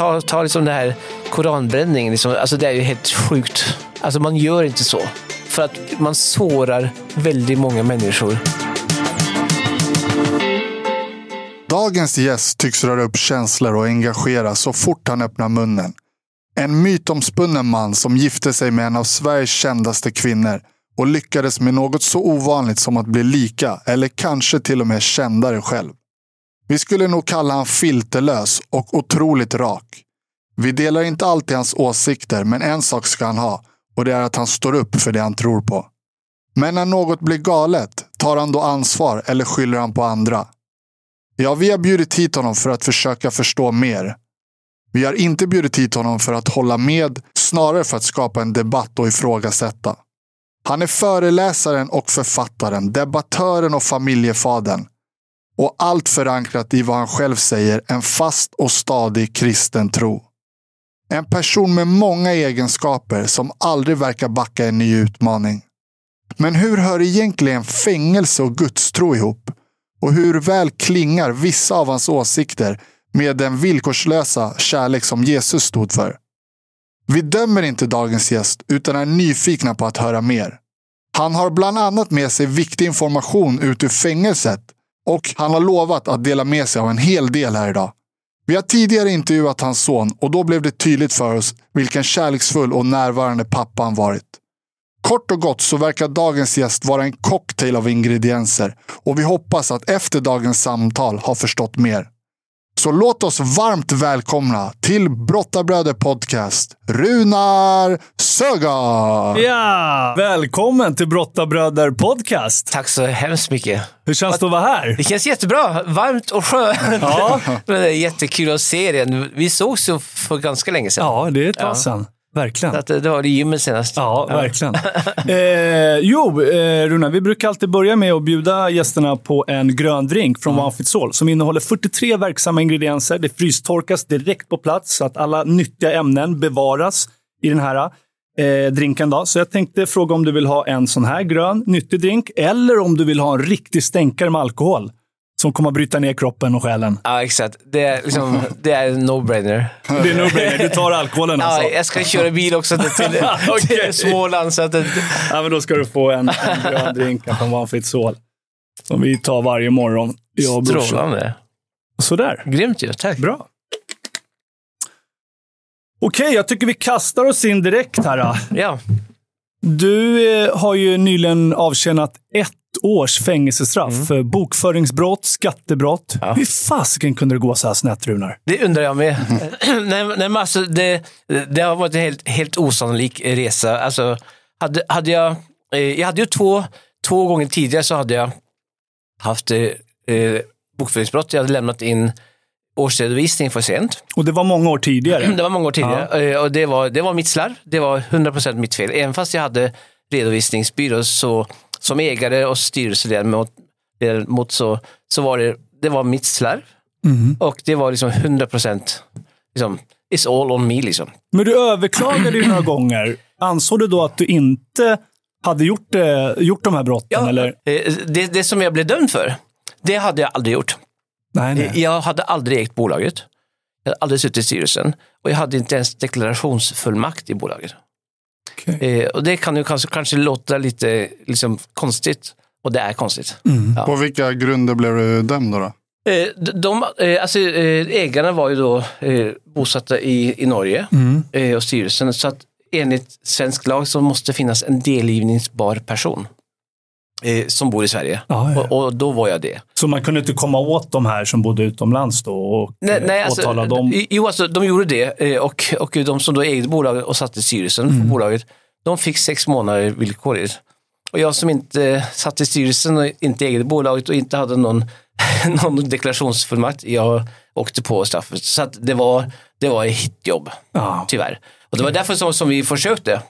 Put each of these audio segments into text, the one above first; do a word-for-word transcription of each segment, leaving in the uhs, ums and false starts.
ta, ta liksom det här koranbränningen. Liksom, alltså det är ju helt sjukt. Alltså man gör inte så. För att man sårar väldigt många människor. Dagens gäst tycks röra upp känslor och engagera så fort han öppnar munnen. En mytomspunnen man som gifte sig med en av Sveriges kändaste kvinnor och lyckades med något så ovanligt som att bli lika eller kanske till och med kändare själv. Vi skulle nog kalla han filterlös och otroligt rak. Vi delar inte alltid hans åsikter, men en sak ska han ha, och det är att han står upp för det han tror på. Men när något blir galet, tar han då ansvar eller skyller han på andra? Ja, vi har bjudit hit honom för att försöka förstå mer. Vi har inte bjudit hit honom för att hålla med, snarare för att skapa en debatt och ifrågasätta. Han är föreläsaren och författaren, debattören och familjefadern. Och allt förankrat i vad han själv säger, en fast och stadig kristen tro. En person med många egenskaper som aldrig verkar backa en ny utmaning. Men hur hör egentligen fängelse och gudstro ihop? Och hur väl klingar vissa av hans åsikter med den villkorslösa kärlek som Jesus stod för? Vi dömer inte dagens gäst utan är nyfikna på att höra mer. Han har bland annat med sig viktig information ut ur fängelset och han har lovat att dela med sig av en hel del här idag. Vi har tidigare intervjuat hans son och då blev det tydligt för oss vilken kärleksfull och närvarande pappa han varit. Kort och gott så verkar dagens gäst vara en cocktail av ingredienser och vi hoppas att efter dagens samtal har förstått mer. Så låt oss varmt välkomna till Brottarbröder podcast, Runar Sögaard. Ja, välkommen till Brottarbröder podcast. Tack så hemskt mycket. Hur känns det att vara här? Det känns jättebra, varmt och skönt. Ja. Det är jättekul att se det. Vi såg så för ganska länge sedan. Ja, det är ett tag ja. sedan. Verkligen. Att det var det gymmet senast. Ja, ja. Verkligen. eh, jo, eh, Runa, vi brukar alltid börja med att bjuda gästerna på en grön drink från mm. One Fits All som innehåller fyrtiotre verksamma ingredienser. Det frystorkas direkt på plats så att alla nyttiga ämnen bevaras i den här eh, drinken. Då. Så jag tänkte fråga om du vill ha en sån här grön nyttig drink eller om du vill ha en riktig stänkare med alkohol. Som kommer att bryta ner kroppen och själen. Ja, exakt. Det är, liksom, det är en no-brainer. Det är no-brainer. Du tar alkoholen alltså. Ja, jag ska köra bil också till, till, okay. till Småland. Så att det... Ja, men då ska du få en, en grön drink från One Fits All. Som vi tar varje morgon. Strålande. Sådär. Grymt ju, tack. Bra. Okej, okay, jag tycker vi kastar oss in direkt här. Då. Ja. Du eh, har ju nyligen avtjänat ett års fängelsestraff mm. för bokföringsbrott, skattebrott. Ja. Hur fasiken kunde det gå så här snett, Runar? Det undrar jag med. nej, nej, men alltså, det, det har varit en helt, helt osannolik resa. Alltså, hade, hade jag, eh, jag hade ju två, två gånger tidigare så hade jag haft eh, bokföringsbrott. Jag hade lämnat in årsredovisning för sent. Och det var många år tidigare? Det var många år tidigare. Ja. Och det var, det var mitt slarv. Det var hundra procent mitt fel. Även fast jag hade redovisningsbyrå så som ägare och styrelseledamot mot så, så var det, det var mitt slarv. Mm. Och det var liksom hundra procent liksom, it's all on me liksom. Men du överklagade ju några gånger. Ansåg du då att du inte hade gjort, gjort de här brotten? Ja, eller? Det, det som jag blev dömd för, det hade jag aldrig gjort. Nej, nej. Jag hade aldrig ägt bolaget. Jag hade aldrig suttit i styrelsen. Och jag hade inte ens deklarationsfullmakt i bolaget. Okay. Eh, och det kan ju kanske, kanske låta lite liksom, konstigt. Och det är konstigt. Mm. Ja. På vilka grunder blev du dömd då? Eh, de, eh, alltså, eh, ägarna var ju då eh, bosatta i, i Norge. Mm. Eh, och styrelsen. Så att enligt svensk lag så måste finnas en delgivningsbar person. Eh, som bor i Sverige. Ah, ja. och, och då var jag det. Så man kunde inte komma åt de här som bodde utomlands då och nej, nej, alltså, åtala dem? Jo, alltså de gjorde det. Och, och de som då ägde bolaget och satt i styrelsen mm. för bolaget, de fick sex månader villkorligt. Och jag som inte satt i styrelsen och inte ägde bolaget och inte hade någon, någon deklarationsfullmakt, jag åkte på straffet. Så att det var, det var ett hitjobb, ah. tyvärr. Och det var därför som, som vi försökte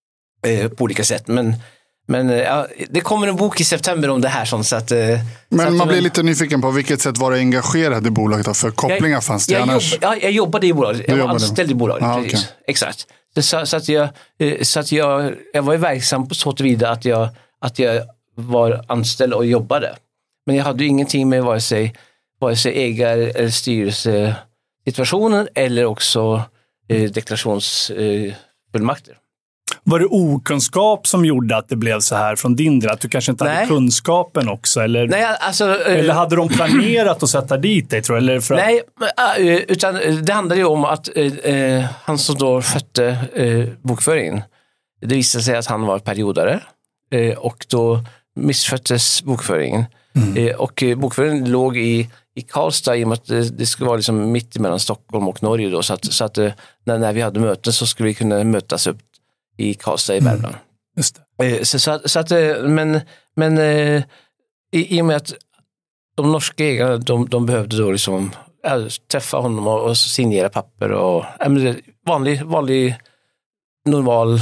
eh, på olika sätt. Men Men ja, det kommer en bok i september om det här. Sånt, så att, men så att man blir lite nyfiken på vilket sätt var det engagerad i bolaget då, för kopplingar jag, fanns det jag annars? Jobb, ja, jag jobbade i bolaget. Jag du var anställd i bolaget. Ah, precis. okay. Exakt. Så, så, att jag, så att jag, jag var ju verksam på så tillvida att jag, att jag var anställd och jobbade. Men jag hade ju ingenting med vare sig, vare sig ägare eller styrelse situationen eller också eh, deklarationsfullmakter. Eh, Var det okunskap som gjorde att det blev så här från din del? Att du kanske inte Nej. hade kunskapen också? Eller, Nej, alltså, eller hade de planerat att sätta dit dig, tror jag? Eller för att... Nej, utan det handlade ju om att eh, han som då skötte eh, bokföringen, det visade sig att han var periodare eh, och då missköttes bokföringen. Mm. Eh, och bokföringen låg i, i Karlstad i och med att det, det skulle vara liksom mitt emellan Stockholm och Norge då, så att, så att när, när vi hade möten så skulle vi kunna mötas upp i Karlstad i Värmland. Mm, just det. Så, så, så att, men, men i, i och med att de norska ägarna, de, de behövde då liksom äh, träffa honom och, och signera papper och äh, vanlig, vanlig normal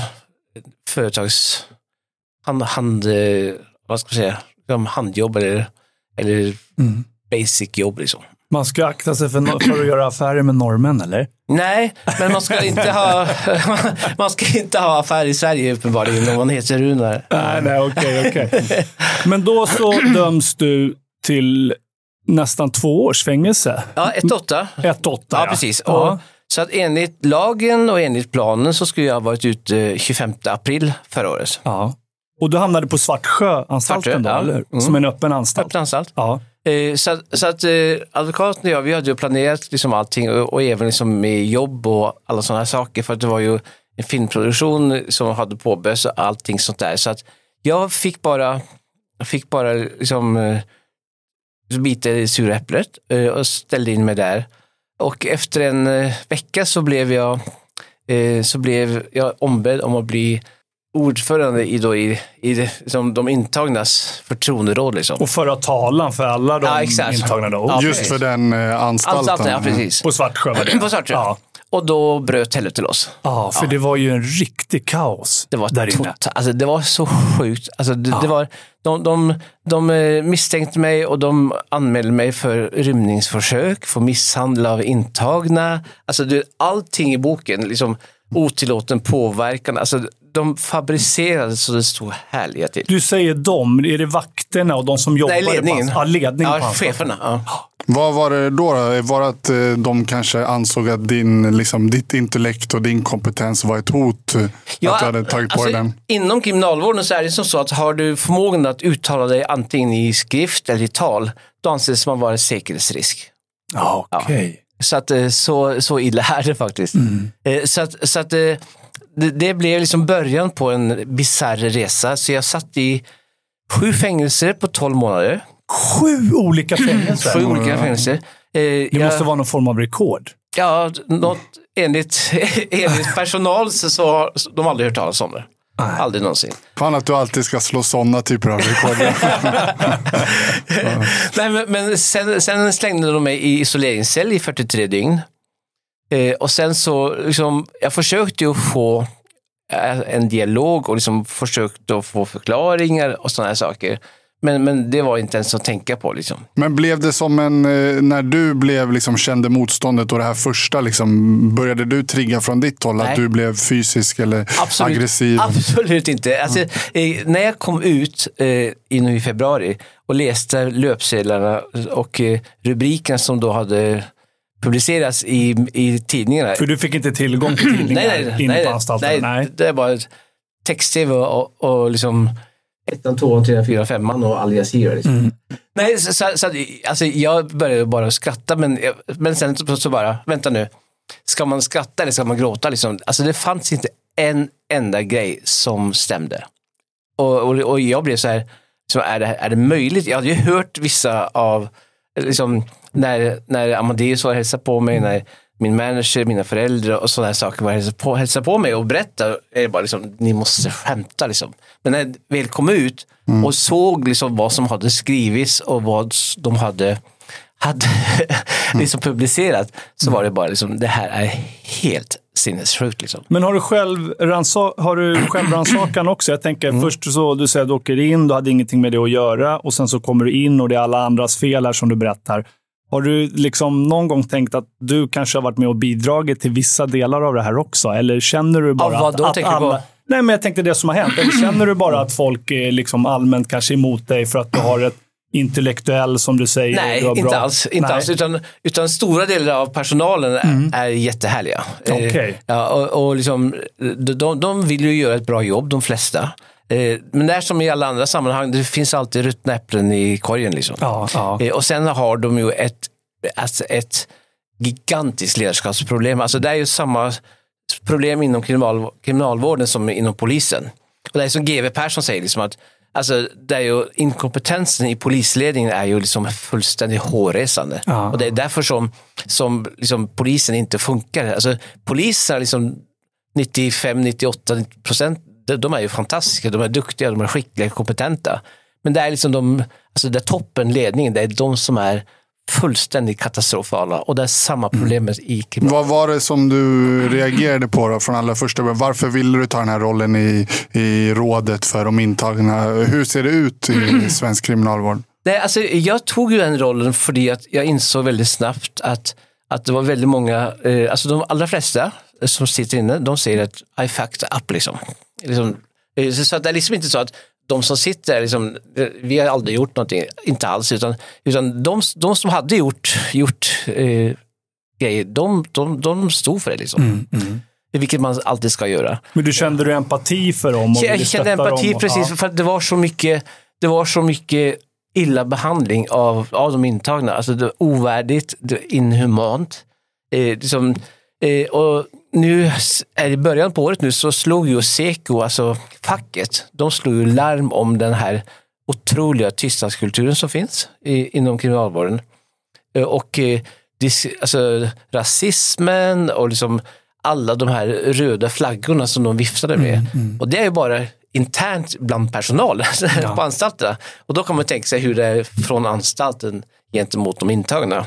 företags hand, hand, vad ska man säga, handjobb eller, eller mm. basic jobb liksom. Man ska akta sig för, för att göra affärer med norrmän, eller? Nej, men man ska inte ha man ska inte ha affär i Sverige uppenbarligen om man heter Runar. Nej, nej, okej, okay, okej. Okay. Men då så döms du till nästan två års fängelse. Ja, ett åtta. Ett åtta, ja. ja. Precis. Ja. Och, så att enligt lagen och enligt planen så skulle jag ha varit ute tjugofemte april förra året. Ja. Och du hamnade på Svartsjö-anstalten då, ja. eller? Mm. Som en öppen anstalt. Öppen anstalt. Ja. Eh, så, så att eh, advokaten och jag, vi hade ju planerat liksom allting och, och även liksom med jobb och alla sådana här saker, för att det var ju en filmproduktion som hade påbörjats och allting sånt där. Så att jag fick bara fick bara liksom eh, bita i sura äpplet eh, och ställde in mig där. Och efter en eh, vecka så blev jag eh, så blev jag ombedd om att bli ordförande i, då, i, i liksom, de intagnas förtroenderåd. Liksom. Och föra talan för alla de ja, intagna då? Ja, just för den eh, anstalten. anstalten. Ja, precis. På Svartsjö var det? På Svartsjö. Ja. Och då bröt helvetet till oss. Ja, för ja. det var ju en riktig kaos det var där inne. Tot- alltså, det var så sjukt. Alltså, det, ja. det var, de, de, de misstänkte mig och de anmälde mig för rymningsförsök, för misshandel av intagna. Alltså, det, allting i boken, liksom otillåten påverkan. Alltså, de fabricerade så det stod härliga till. Du säger de, är det vakterna och de som jobbar? Nej, ledningen. På, ja, ledningen ja, cheferna. Ja. Vad var det då? då? Var det att de kanske ansåg att din, liksom, ditt intellekt och din kompetens var ett hot? Ja, att du hade tagit alltså, på den? Inom kriminalvården så är det som så att har du förmågan att uttala dig antingen i skrift eller i tal, då anses man vara en säkerhetsrisk. Ja, okej. Okay. Ja. Så att så, så illa är det faktiskt. Mm. Så att, så att det, det blev liksom början på en bizarr resa. Så jag satt i sju fängelser på tolv månader. Sju olika fängelser? Sju olika fängelser. Det jag, måste vara någon form av rekord. Ja, något, enligt, enligt personal så, så de har aldrig hört talas om det. Nej. Aldrig någonsin. Fan att du alltid ska slå sådana typer av rekord. Nej, men, men sen, sen slängde de mig i isoleringscell i fyrtiotre dygn. Eh, och sen så, liksom, jag försökte ju få eh, en dialog och liksom försökte att få förklaringar och sådana här saker. Men, men det var inte ens att tänka på. Liksom. Men blev det som en, när du blev, liksom, kände motståndet och det här första, liksom, började du trigga från ditt håll? Nej. Att du blev fysisk eller absolut, aggressiv? Absolut inte. Alltså, mm. eh, när jag kom ut eh, i februari och läste löpsedlarna och eh, rubriken som då hade publiceras i, i tidningarna. För du fick inte tillgång till tidningar nej, nej, inne nej, på anstalten? Nej, nej, det är bara text-tv och, och liksom ettan, tvåan, trean, fyran, femman och Al Jazeera. Liksom. Mm. Nej, så, så, så alltså, jag började bara skratta, men, men sen så, så bara, vänta nu, ska man skratta eller ska man gråta? Liksom? Alltså det fanns inte en enda grej som stämde. Och, och, och jag blev så här, så är, det, är det möjligt? Jag hade ju hört vissa av, liksom, när, när Amadeus var och hälsade på mig, när min manager, mina föräldrar och sådana här saker var hälsa på, hälsa på mig och berätta, är det bara liksom, ni måste skämta liksom. Men när jag väl kom ut mm. och såg liksom vad som hade skrivits och vad de hade, hade liksom publicerat, så mm. var det bara liksom, det här är helt sinnessjukt liksom. Men har du själv ransa- har du självrannsakan också? Jag tänker mm. först så, du säger att du åker in, du hade ingenting med det att göra och sen så kommer du in och det är alla andras fel här som du berättar. Har du liksom någon gång tänkt att du kanske har varit med och bidragit till vissa delar av det här också? Eller känner du bara ja, vad då, att, att alla... På? Nej, men jag tänkte det som har hänt. Eller känner du bara att folk är liksom allmänt kanske emot dig för att du har ett intellektuell som du säger. Nej, du inte bra... alls. Inte Nej. alls utan, utan stora delar av personalen Mm. är, är jättehärliga. Okay. Eh, ja, och, och liksom, de, de vill ju göra ett bra jobb, de flesta. Eh, men det är som i alla andra sammanhang, det finns alltid ruttna äpplen i korgen. Liksom. Ja, ja. Eh, och sen har de ju ett, alltså ett gigantiskt ledarskapsproblem. Alltså det är ju samma problem inom kriminal, kriminalvården som inom polisen. Och det är som G W Persson säger, liksom att alltså, det är ju, inkompetensen i polisledningen är ju liksom fullständigt hårresande. Ja. Och det är därför som, som liksom polisen inte funkar. Alltså, poliser liksom nittiofem till nittioåtta procent, de är ju fantastiska, de är duktiga, de är skickliga, kompetenta. Men det är liksom de, alltså det är toppen, ledningen, det är de som är fullständigt katastrofala. Och det är samma problemet mm. i kriminal. Vad var det som du reagerade på då från allra första början? Varför ville du ta den här rollen i, i rådet för de intagna? Hur ser det ut i mm. svensk kriminalvård? Nej, alltså, jag tog ju den rollen för att jag insåg väldigt snabbt att, att det var väldigt många, eh, alltså de allra flesta som sitter inne, de säger att I fucked up liksom. liksom eh, så att det är liksom inte så att de som sitter, liksom, vi har aldrig gjort någonting, inte alls, utan, utan de, de som hade gjort, gjort eh, grejer, de, de, de stod för det. Liksom. Mm, mm. Vilket man alltid ska göra. Men du kände du empati för dem? Och jag kände empati, och, precis, ja. För att det var så mycket, det var så mycket illa behandling av, av de intagna. Alltså det var ovärdigt, det var inhumant. Eh, liksom, eh, och nu är i början på året nu så slog ju Seko, alltså facket, de slog ju larm om den här otroliga tystnadskulturen som finns i, inom kriminalvården. Och eh, dis, alltså, rasismen och liksom alla de här röda flaggorna som de viftade med. Mm, mm. Och det är ju bara internt bland personal ja. på anstalterna. Och då kan man tänka sig hur det är från anstalten gentemot de intagna.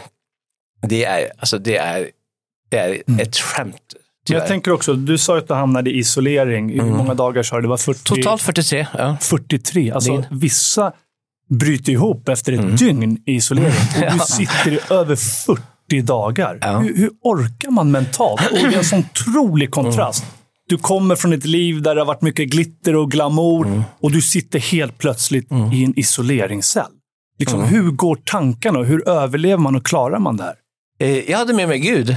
Det är, alltså, det är, det är mm. ett skämt. Tyvärr. Jag tänker också, du sa att du hamnade i isolering. Hur mm. många dagar sa du? Det var fyrtio... Totalt fyrtiotre. Ja. fyrtiotre. Alltså Din. Vissa bryter ihop efter ett mm. dygn i isolering. Och du sitter i över fyrtio dagar. Ja. Hur, hur orkar man mentalt? Och det är en sån otrolig kontrast. Mm. Du kommer från ett liv där det har varit mycket glitter och glamour. Mm. Och du sitter helt plötsligt mm. i en isoleringscell. Liksom, mm. Hur går tankarna och hur överlever man och klarar man det här? Eh, jag hade med mig Gud.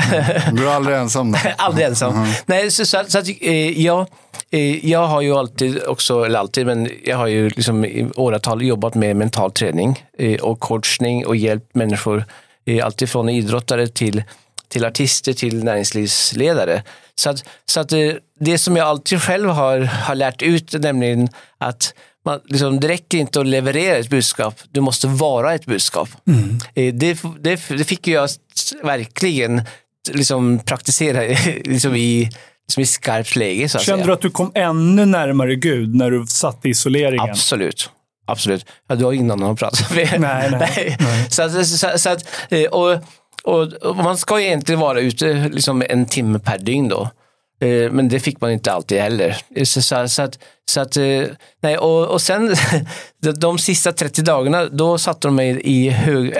Du är aldrig ensam. aldrig ensam. Mm. Nej, så, så, så att, eh, jag, eh, jag har ju alltid också, eller alltid, men jag har ju liksom i åratal jobbat med mental träning eh, och coachning och hjälpt människor, eh, alltid från idrottare till, till artister till näringslivsledare. Så att, så att eh, det som jag alltid själv har, har lärt ut, nämligen att man, liksom, det räcker inte att leverera ett budskap, du måste vara ett budskap. Mm. Eh, det, det, det fick jag verkligen liksom praktisera liksom i, liksom i skarpt läge. Så att Kände säga. du att du kom ännu närmare Gud när du satt i isoleringen? Absolut. Absolut. Ja, du har ingen annan att prata med. Nej, nej. nej. nej. Så, att, så, så att, och, och, och man ska egentligen vara ute liksom en timme per dygn då. Men det fick man inte alltid heller. Så, så, så att, så att, nej, och, och sen de sista trettio dagarna då satte de mig i hög,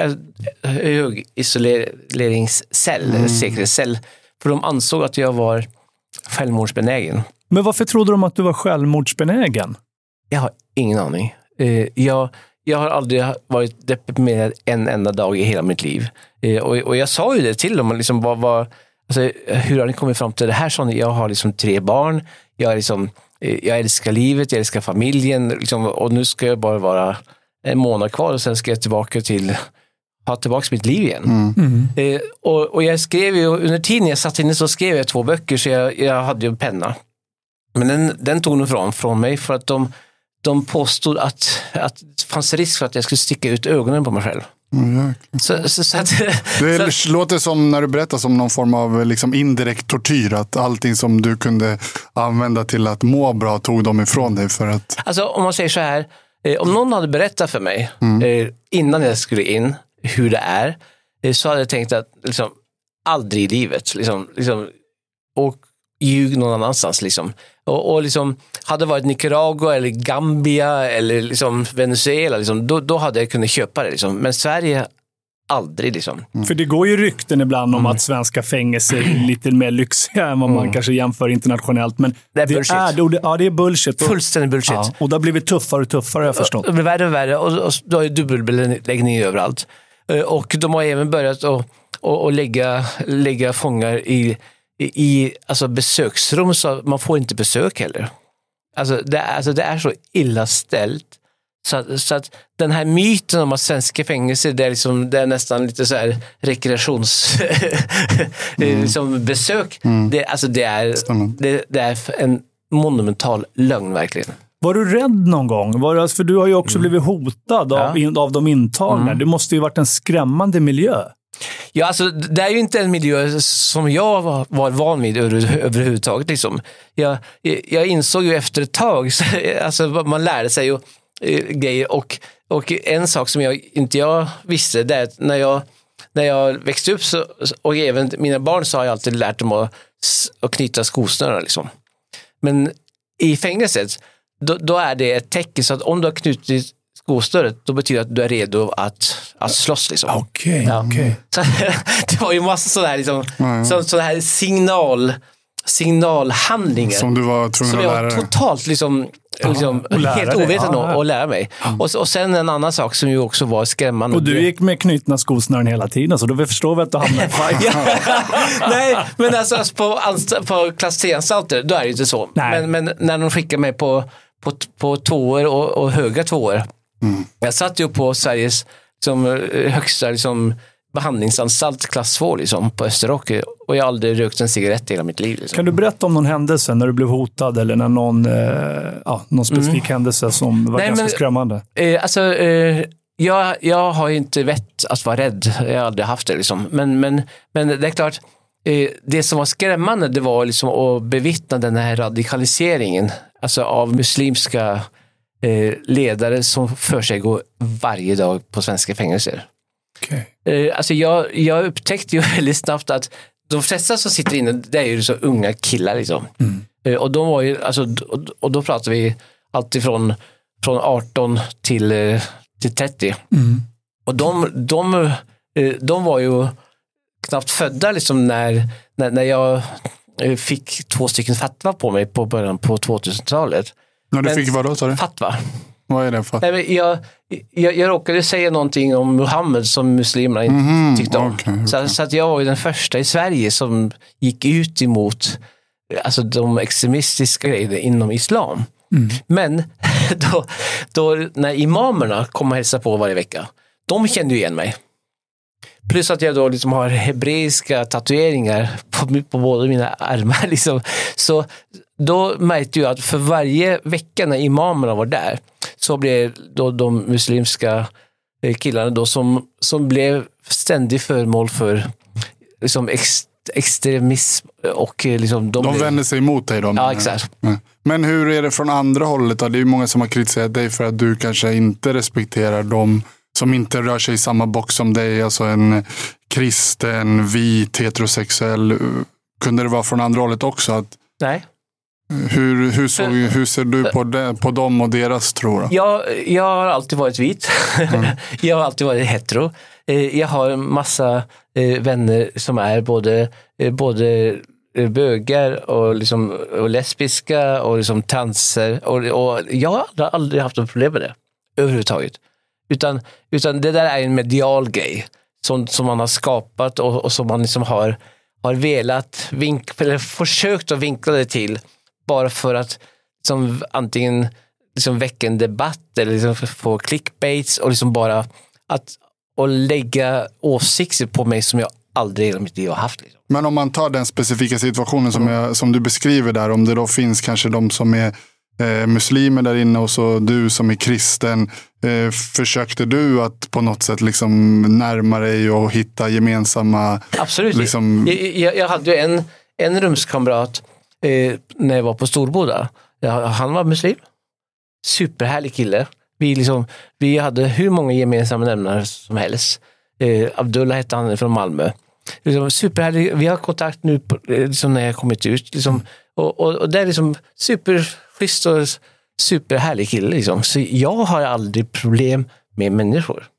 hög isoleringscell, mm. säkerhetscell. För de ansåg att jag var självmordsbenägen. Men varför trodde de att du var självmordsbenägen? Jag har ingen aning. Jag, jag har aldrig varit deprimerad en enda dag i hela mitt liv. Och, och jag sa ju det till dem. Liksom, vad, vad, alltså, hur har ni kommit fram till det här? Så jag har liksom tre barn. Jag, är liksom, jag älskar livet, jag älskar familjen. Liksom, och nu ska jag bara vara en månad kvar och sen ska jag tillbaka till ha tillbaka mitt liv igen. Mm. Mm. Eh, och, och jag skrev ju, under tiden jag satt inne så skrev jag två böcker så jag, jag hade ju en penna. Men den, den tog de från, från mig för att de, de påstod att, att det fanns risk för att jag skulle sticka ut ögonen på mig själv. Mm, så, så, så att, det så, låter som när du berättar som någon form av liksom indirekt tortyr, att allting som du kunde använda till att må bra tog de ifrån dig för att... Alltså om man säger så här, eh, om någon hade berättat för mig mm. eh, innan jag skulle in hur det är, eh, så hade jag tänkt att liksom, aldrig i livet liksom, liksom, och ljug någon annanstans liksom. Och, och liksom, hade varit Nicaragua eller Gambia eller liksom Venezuela liksom, då, då hade jag kunnat köpa det liksom. Men Sverige aldrig liksom. Mm. För det går ju rykten ibland om mm. att svenska fängelser är lite mer lyxiga än vad man mm. kanske jämför internationellt. Men det är bullshit. Det är, det, ja, det är bullshit. Fullständigt bullshit. Ja, och det har blivit tuffare och tuffare, har jag förstått. Det blir värre och värre och, och då har ju dubbelbeläggning överallt. Och de har även börjat att och, och lägga, lägga fångar i, i, i alltså besöksrum, så man får inte besök heller. Alltså det, alltså det är så illa ställt. Så, så att den här myten om att svenska fängelser, det är, liksom, det är nästan lite så här rekreations mm. liksom besök. Mm. Det, alltså det, är, det, det är en monumental lögn verkligen. Var du rädd någon gång? Var det, för du har ju också mm. blivit hotad av, ja. av de intagna. Mm. Det måste ju varit en skrämmande miljö. Ja, alltså det är ju inte en miljö som jag var, var van vid över, överhuvudtaget. Liksom. Jag, jag insåg ju efter ett tag, så, alltså man lärde sig ju äh, grejer. Och, och en sak som jag inte jag visste, det är att när jag, när jag växte upp så, och även mina barn, så har jag alltid lärt dem att, att knyta skosnören. Liksom. Men i fängelset, då, då är det ett tecken, så att om du har knutit skostöret, då betyder det att du är redo att, att slåss. Liksom. Okej, okay, ja. okay. Så det var ju massa sådär, liksom, mm. så, så här signal, signalhandlingar. Som du var tvungen att lära dig. Som jag totalt liksom, Aha, liksom helt ovetande om att lära mig. Mm. Och, och sen en annan sak som ju också var skrämmande. Och du gick med knutna skosnören hela tiden, så då förstår vi att du hamnade i fight. Nej, men alltså, alltså på, anst- på klass tre-anstalter, då är det ju inte så. Men, men när de skickar mig på, på, på tvåor och, och höga tvåor. Mm. Jag satt ju på Sveriges som, högsta liksom, behandlingsanstalt klass två liksom, på Österåker, och jag har aldrig rökt en cigarett i hela mitt liv. Liksom. Kan du berätta om någon händelse när du blev hotad, eller när någon, eh, ja, någon specifik mm. händelse som var Nej, ganska men, skrämmande? Eh, alltså, eh, jag, jag har inte vett att vara rädd. Jag har aldrig haft det. Liksom. Men, men, men det är klart, eh, det som var skrämmande, det var liksom att bevittna den här radikaliseringen, alltså av muslimska Eh, ledare som för sig går varje dag på svenska fängelser. Okay. Eh, alltså jag, jag upptäckte ju väldigt snabbt att de flesta som sitter inne, det är ju så unga killar liksom. Mm. Eh, och de var ju, alltså, och, och då pratar vi alltid från, från arton till, eh, till trettio. Mm. Och de, de, eh, de var ju knappt födda liksom när, när, när jag fick två stycken fatwa på mig på början på tvåtusentalet. När du men, fick vad då, sa du? Fatwa. Vad är det för? Nej, men jag, jag, jag råkade säga någonting om Muhammed som muslimerna inte mm-hmm, tyckte om. Okay, okay. Så, så att jag var ju den första i Sverige som gick ut emot alltså, de extremistiska grejerna inom islam. Mm. Men då, då när imamerna kom och hälsade på varje vecka, de kände ju igen mig. Plus att jag då liksom har hebreiska tatueringar på, på båda mina armar. Liksom. Så då märkte jag att för varje vecka när imamerna var där, så blev då de muslimska killarna då som, som blev ständigt föremål för liksom ex, extremism. Och liksom de de blev... vänder sig emot dig då? Ja, exakt. Men hur är det från andra hållet då? Det är ju många som har kritiserat dig för att du kanske inte respekterar dem som inte rör sig i samma box som dig, alltså en kristen, vit, heterosexuell. Kunde det vara från andra hållet också? Att, Nej. Hur, hur, såg, hur ser du på, det, på dem och deras tro? Jag, jag har alltid varit vit. Mm. Jag har alltid varit hetero. Jag har en massa vänner som är både, både bögar och, liksom, och lesbiska och liksom transer. Och, och jag har aldrig haft något problem med det överhuvudtaget. Utan, utan det där är en medial grej som, som man har skapat och, och som man liksom har, har velat vinkla, eller försökt att vinkla det till bara för att liksom, antingen liksom väcka en debatt eller liksom få clickbaits och liksom bara att och lägga åsikter på mig som jag aldrig i mitt liv har haft. Liksom. Men om man tar den specifika situationen som, jag, som du beskriver där, om det då finns kanske de som är Eh, muslimer där inne och så du som är kristen, eh, försökte du att på något sätt liksom närma dig och hitta gemensamma... Absolut. Liksom... Jag, jag, jag hade ju en, en rumskamrat eh, när jag var på Storboda. Jag, han var muslim. Superhärlig kille. Vi, liksom, vi hade hur många gemensamma nämnare som helst. Eh, Abdullah hette han från Malmö. Liksom, superhärlig. Vi har kontakt nu på, liksom, när jag kommit ut. Liksom, och, och, och det är liksom super... schysst och superhärlig kille liksom. Så jag har aldrig problem med människor.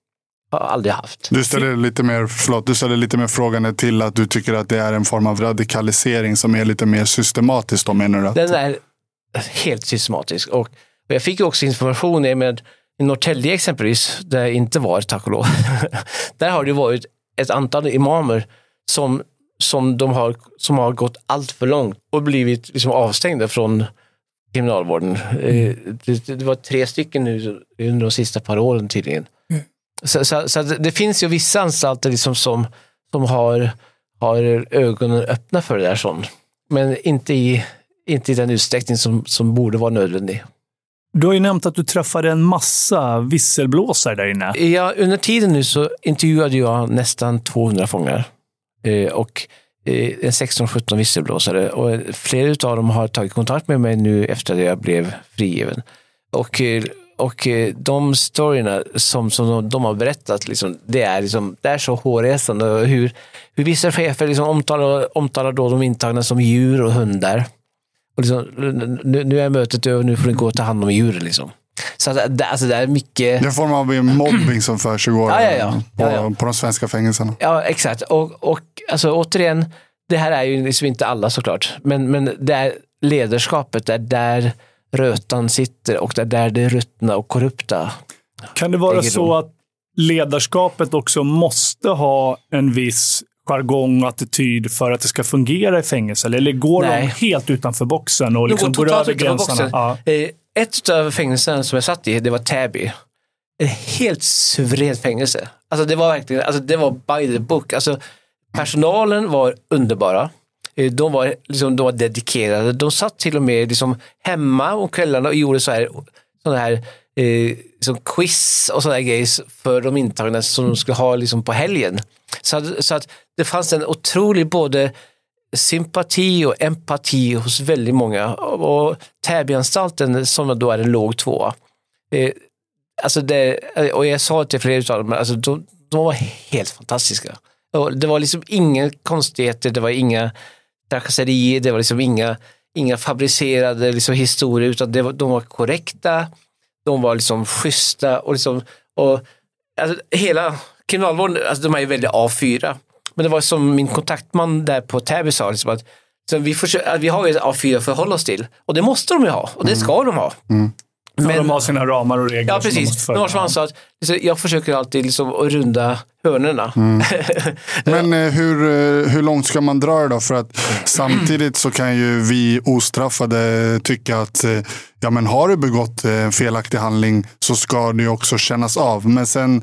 har aldrig haft. Du ställer lite mer, förlåt, du ställer lite mer frågan till att du tycker att det är en form av radikalisering som är lite mer systematisk då, menar du? Att... Den är helt systematisk. Och, och jag fick ju också information med i Norrtälje exempelvis, där jag inte var, tack och lov. Där har det varit ett antal imamer som, som, de har, som har gått allt för långt och blivit liksom avstängda från kriminalvården. Mm. Det, det var tre stycken nu under de sista par åren tydligen. Mm. Så, så, så det finns ju vissa anstalter liksom som, som har, har ögonen öppna för det där sånt. Men inte i, inte i den utsträckning som, som borde vara nödvändig. Du har ju nämnt att du träffade en massa visselblåsare där inne. Ja, under tiden nu så intervjuade jag nästan tvåhundra fångar. Eh, och eh, en sexton sjutton visselblåsare. Och flera av dem har tagit kontakt med mig nu efter att jag blev frigiven. Och, och de storyerna som, som de, de har berättat, liksom, det, är liksom, det är så hårresande. Hur, hur vissa chefer liksom omtalar, omtalar då de intagna som djur och hundar. Och liksom, nu, nu är mötet över, nu får du gå och ta hand om djuren. Liksom. Så att, det, alltså, det är mycket... Det är form av mobbing som försiggår ja, ja, ja. På, ja, ja. på de svenska fängelserna. Ja, exakt. Och, och alltså, återigen, det här är ju liksom inte alla såklart. Men, men det är ledarskapet, det är där rötan sitter och det är där det ruttna och korrupta. Kan det vara så att ledarskapet också måste ha en viss jargong och attityd för att det ska fungera i fängelse? Eller går Nej. de helt utanför boxen och liksom går, går över gränserna? Ja. Ett av fängelserna som jag satt i, det var Täby. Ett helt suveränt fängelse. Alltså det var verkligen, alltså det var by the book. Alltså personalen var underbara. De var, liksom, de var dedikerade. De satt till och med liksom hemma om kvällarna och gjorde så här, såna här eh, liksom quiz och sådana grejer för de intagna som de skulle ha liksom på helgen. Så att, så att det fanns en otrolig både sympati och empati hos väldigt många. Och Täbyanstalten som då är en låg tvåa. Eh, alltså det, och jag sa till flera av dem, alltså de, de var helt fantastiska. Och det var liksom inga konstigheter, det var inga trakasserier, det var liksom inga, inga fabricerade liksom historier, utan det var, de var korrekta, de var liksom schyssta och liksom, och alltså, hela kriminalvården, alltså de är ju väldigt A fyra. Men det var som min kontaktman där på Täby sa, liksom att så vi, försöker, vi har ju ett A fyra att förhålla oss till, och det måste de ju ha, och det ska de ha. Mm. Men, de har sina ramar och regler. Ja, precis. Men som han sa, att jag försöker alltid liksom att runda hörnerna. Mm. Men eh, hur, hur långt ska man dra då? För att samtidigt så kan ju vi ostraffade tycka att eh, ja, men har du begått en felaktig handling så ska det ju också kännas av. Men sen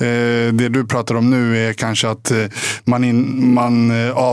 det du pratar om nu är kanske att man, in, man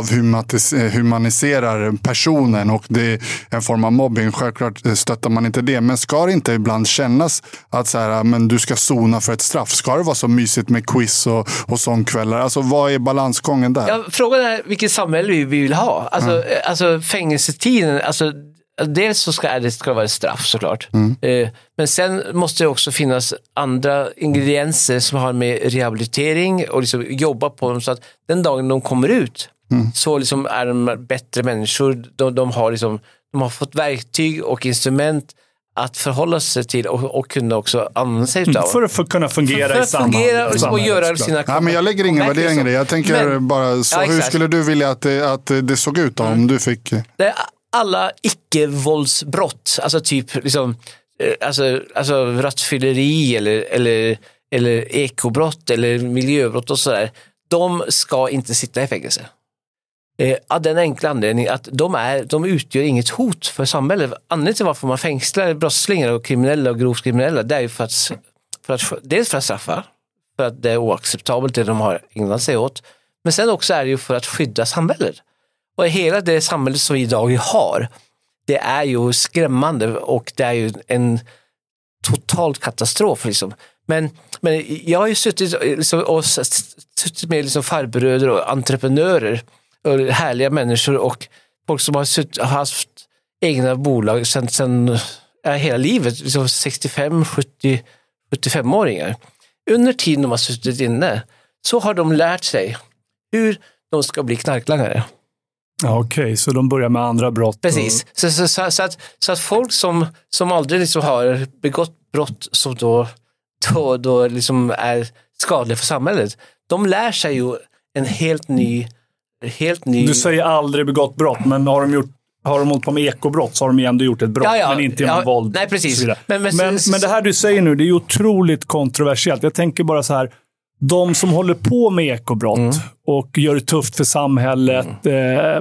avhumaniserar personen och det är en form av mobbing. Självklart stöttar man inte det, men ska det inte ibland kännas att så här, men du ska sona för ett straff? Ska det vara så mysigt med quiz och, och sångkvällar? Alltså vad är balansgången där? Ja, frågan är vilket samhälle vi vill ha. Alltså, mm. alltså fängelsetiden, alltså dels så ska det ska vara ett straff såklart. Mm. Eh, men sen måste det också finnas andra ingredienser som har med rehabilitering och liksom jobba på dem så att den dagen de kommer ut mm. så liksom är de bättre människor. De, de, har liksom, de har fått verktyg och instrument att förhålla sig till och, och kunna också använda sig utav. Mm, för att för kunna fungera för, för i samma fungera och, och göra sina... Ja, men jag lägger ingen värdering i det. Jag tänker men, bara, så ja, hur skulle du vilja att det, att det såg ut då, mm. om du fick... Det alla icke-våldsbrott, alltså typ liksom, alltså, alltså rattfylleri eller, eller, eller ekobrott eller miljöbrott och sådär, de ska inte sitta i fängelse. Eh, av den enkla anledningen att de, är, de utgör inget hot för samhället. Anledningen till varför man fängslar brottslingar och kriminella och grovt kriminella, det är ju för att, för att, dels för att straffa, för att det är oacceptabelt det de har ägnat sig åt, men sen också är det ju för att skydda samhället. Och hela det samhället som vi idag har, det är ju skrämmande och det är ju en total katastrof. Liksom. Men, men jag har ju suttit, liksom, och suttit med liksom farbröder och entreprenörer och härliga människor och folk som har, sutt, har haft egna bolag sedan, sedan ja, hela livet, liksom sextiofem, sjuttio, sjuttiofem-åringar. Under tiden de har suttit inne så har de lärt sig hur de ska bli knarklangare. Ja, okej, okay. Så de börjar med andra brott. Precis, och... så, så, så, så, att, så att folk som, som aldrig liksom har begått brott som då, då, då liksom är skadliga för samhället. De lär sig ju en helt ny... Helt ny... Du säger aldrig begått brott, men har de gjort Har de hållit på med ekobrott så har de ju ändå gjort ett brott, ja, ja, men inte genom ja, våld. Nej, precis. Men, men, men, men det här du säger nu, det är ju otroligt kontroversiellt. Jag tänker bara så här, de som håller på med ekobrott mm. och gör det tufft för samhället, mm. eh,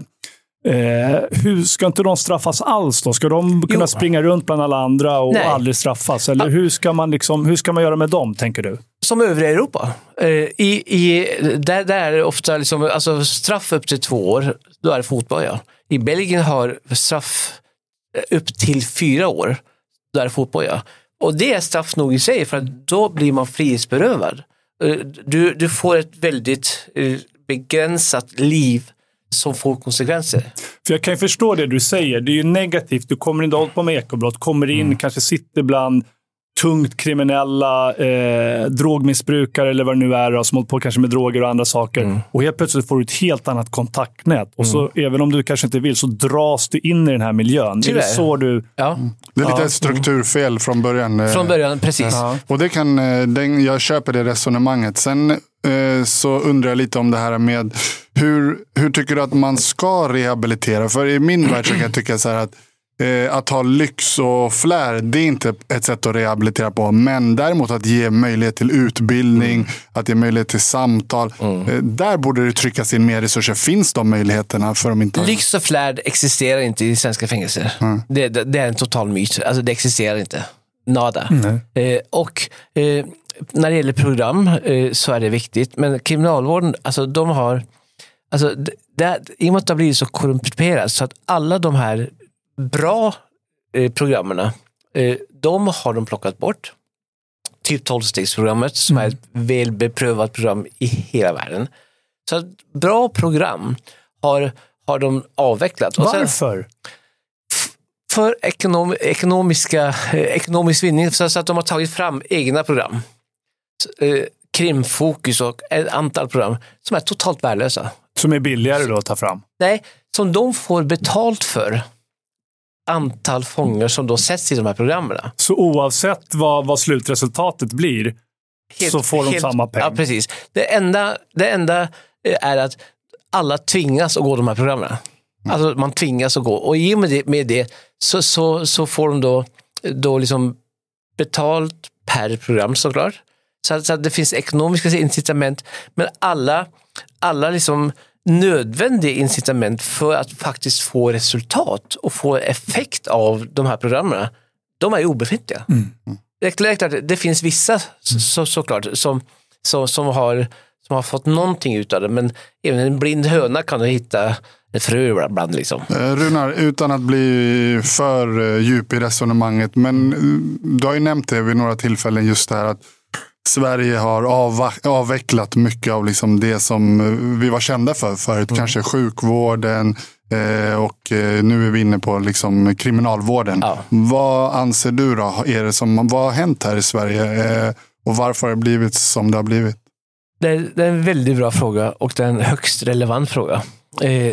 eh, hur ska inte de straffas alls då? Ska de kunna jo. springa runt bland alla andra och nej. aldrig straffas? Eller ja. hur, ska man liksom, hur ska man göra med dem, tänker du? Som övriga Europa. Eh, i, i, där, där är det ofta liksom, alltså straff upp till två år, då är det fotboja. I Belgien har straff upp till fyra år, då är det fotboja. Och det är straff nog i sig, för att då blir man frihetsberövad. Du, du får ett väldigt begränsat liv som får konsekvenser. För jag kan ju förstå det du säger. Det är ju negativt. Du kommer inte hålla på med ekobrott. Kommer in, mm. kanske sitter bland tungt kriminella, eh, drogmissbrukare eller vad det nu är, som håller på kanske med droger och andra saker. Mm. Och helt plötsligt får du ett helt annat kontaktnät. Och så, mm. även om du kanske inte vill, så dras du in i den här miljön. Tyvärr. Är det så du... Ja. Det är lite ja. ett strukturfel från början. Från början, precis. Ja. Och det kan, den, jag köper det resonemanget. Sen eh, så undrar jag lite om det här med hur, hur tycker du att man ska rehabilitera? För i min värld så kan jag tycka så här att att ha lyx och flär, det är inte ett sätt att rehabilitera på. Men däremot att ge möjlighet till utbildning, mm. att ge möjlighet till samtal. Mm. Där borde det tryckas in mer resurser. Finns de möjligheterna för de inte? Lyx och flär existerar inte i svenska fängelser. Mm. Det, det, det är en total myt. Alltså det existerar inte. Nada. Mm. Eh, och eh, när det gäller program eh, så är det viktigt. Men kriminalvården, alltså de har... Alltså, det, i och med att det har blivit så korrumperat så att alla de här bra eh, programmerna, eh, de har de plockat bort. Typ tolv-stegsprogrammet som mm. är ett väl beprövat program i hela världen. Så att bra program har, har de avvecklat. Och varför? Sen, f- för ekonom, ekonomiska, eh, ekonomisk vinning, så att de har tagit fram egna program. Eh, krimfokus och ett antal program som är totalt värdelösa. Som är billigare då att ta fram? Nej, som de får betalt för. Antal fångar som då sätts i de här programmen. Så oavsett vad, vad slutresultatet blir helt, så får de helt, samma pengar? Ja, precis. Det enda, det enda är att alla tvingas att gå de här programmen. Mm. Alltså man tvingas att gå. Och i och med det, med det så, så, så får de då, då liksom betalt per program såklart. Så att, så att det finns ekonomiska incitament. Men alla, alla liksom nödvändiga incitament för att faktiskt få resultat och få effekt av de här programmen, de är ju obefintliga. Mm. Det är klart, det finns vissa så, såklart som, som, som, har, som har fått någonting ut av det, men även en blind höna kan du hitta ett frö ibland liksom. Runar, utan att bli för djup i resonemanget, men du har ju nämnt det vid några tillfällen just det här att Sverige har av, avvecklat mycket av liksom det som vi var kända för förut. Mm. Kanske sjukvården eh, och eh, nu är vi inne på liksom kriminalvården. Ja. Vad anser du då? Är det som, vad har hänt här i Sverige eh, och varför har det blivit som det har blivit? Det är, det är en väldigt bra fråga och det är en högst relevant fråga. Eh,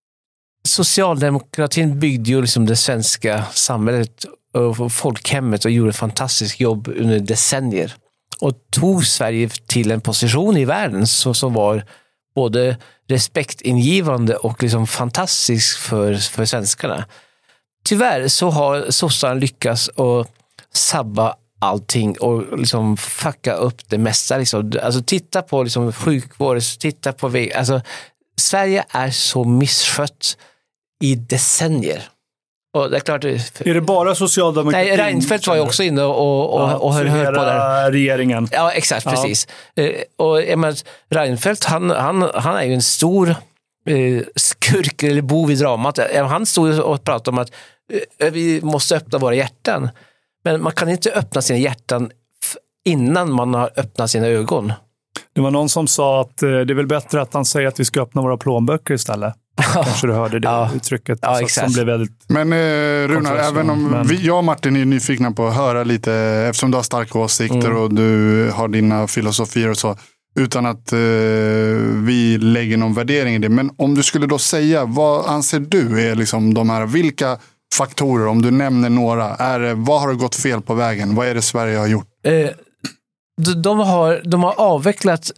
socialdemokratin byggde ju liksom det svenska samhället och folkhemmet och gjorde ett fantastiskt jobb under decennier. Och tog Sverige till en position i världen så, som var både respektingivande och liksom fantastisk för, för svenskarna. Tyvärr så har sossarna lyckats att sabba allting och liksom fucka upp det mesta. Liksom. Alltså titta på liksom sjukvård, titta på väg. Alltså, Sverige är så misskött i decennier. Och det är klart, är det bara socialdemokratin? Nej, Reinfeldt var ju också inne och, och, ja, och höll, höll på där. Regeringen. Ja, exakt, ja. Precis. Eh, och jag menar, Reinfeldt, han, han, han är ju en stor eh, skurk eller bov i dramat. Han stod och pratade om att eh, vi måste öppna våra hjärtan. Men man kan inte öppna sina hjärtan f- innan man har öppnat sina ögon. Det var någon som sa att eh, det är väl bättre att han säger att vi ska öppna våra plånböcker istället. Kanske du hörde det ja. uttrycket. Ja, så exakt. Som blev väldigt men eh, Runar, även om men... vi, jag och Martin är nyfikna på att höra lite, eftersom du har starka åsikter mm. och du har dina filosofier och så, utan att eh, vi lägger någon värdering i det. Men om du skulle då säga, vad anser du är liksom de här, vilka faktorer, om du nämner några, är, vad har det gått fel på vägen? Vad är det Sverige har gjort? Eh, de, de, har, de har avvecklat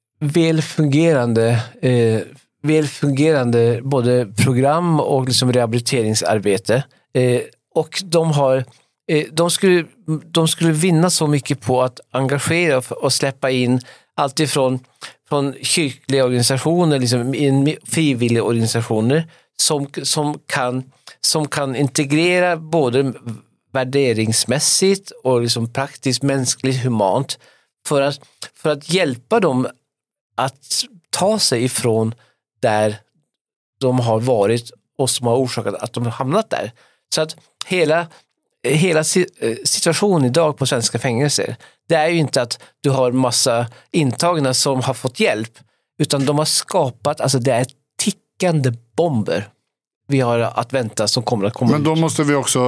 välfungerande, eh, välfungerande både program och liksom rehabiliteringsarbete. Eh, och de har eh, de, skulle, de skulle vinna så mycket på att engagera och släppa in allt ifrån från kyrkliga organisationer, liksom frivilliga organisationer som, som, kan, som kan integrera både värderingsmässigt och liksom praktiskt, mänskligt, humant för att, för att hjälpa dem att ta sig ifrån där de har varit och som har orsakat att de har hamnat där. Så att hela, hela situationen idag på svenska fängelser, det är ju inte att du har massa intagna som har fått hjälp, utan de har skapat, alltså det är tickande bomber vi har att vänta som kommer att komma. Men då ut. Måste vi också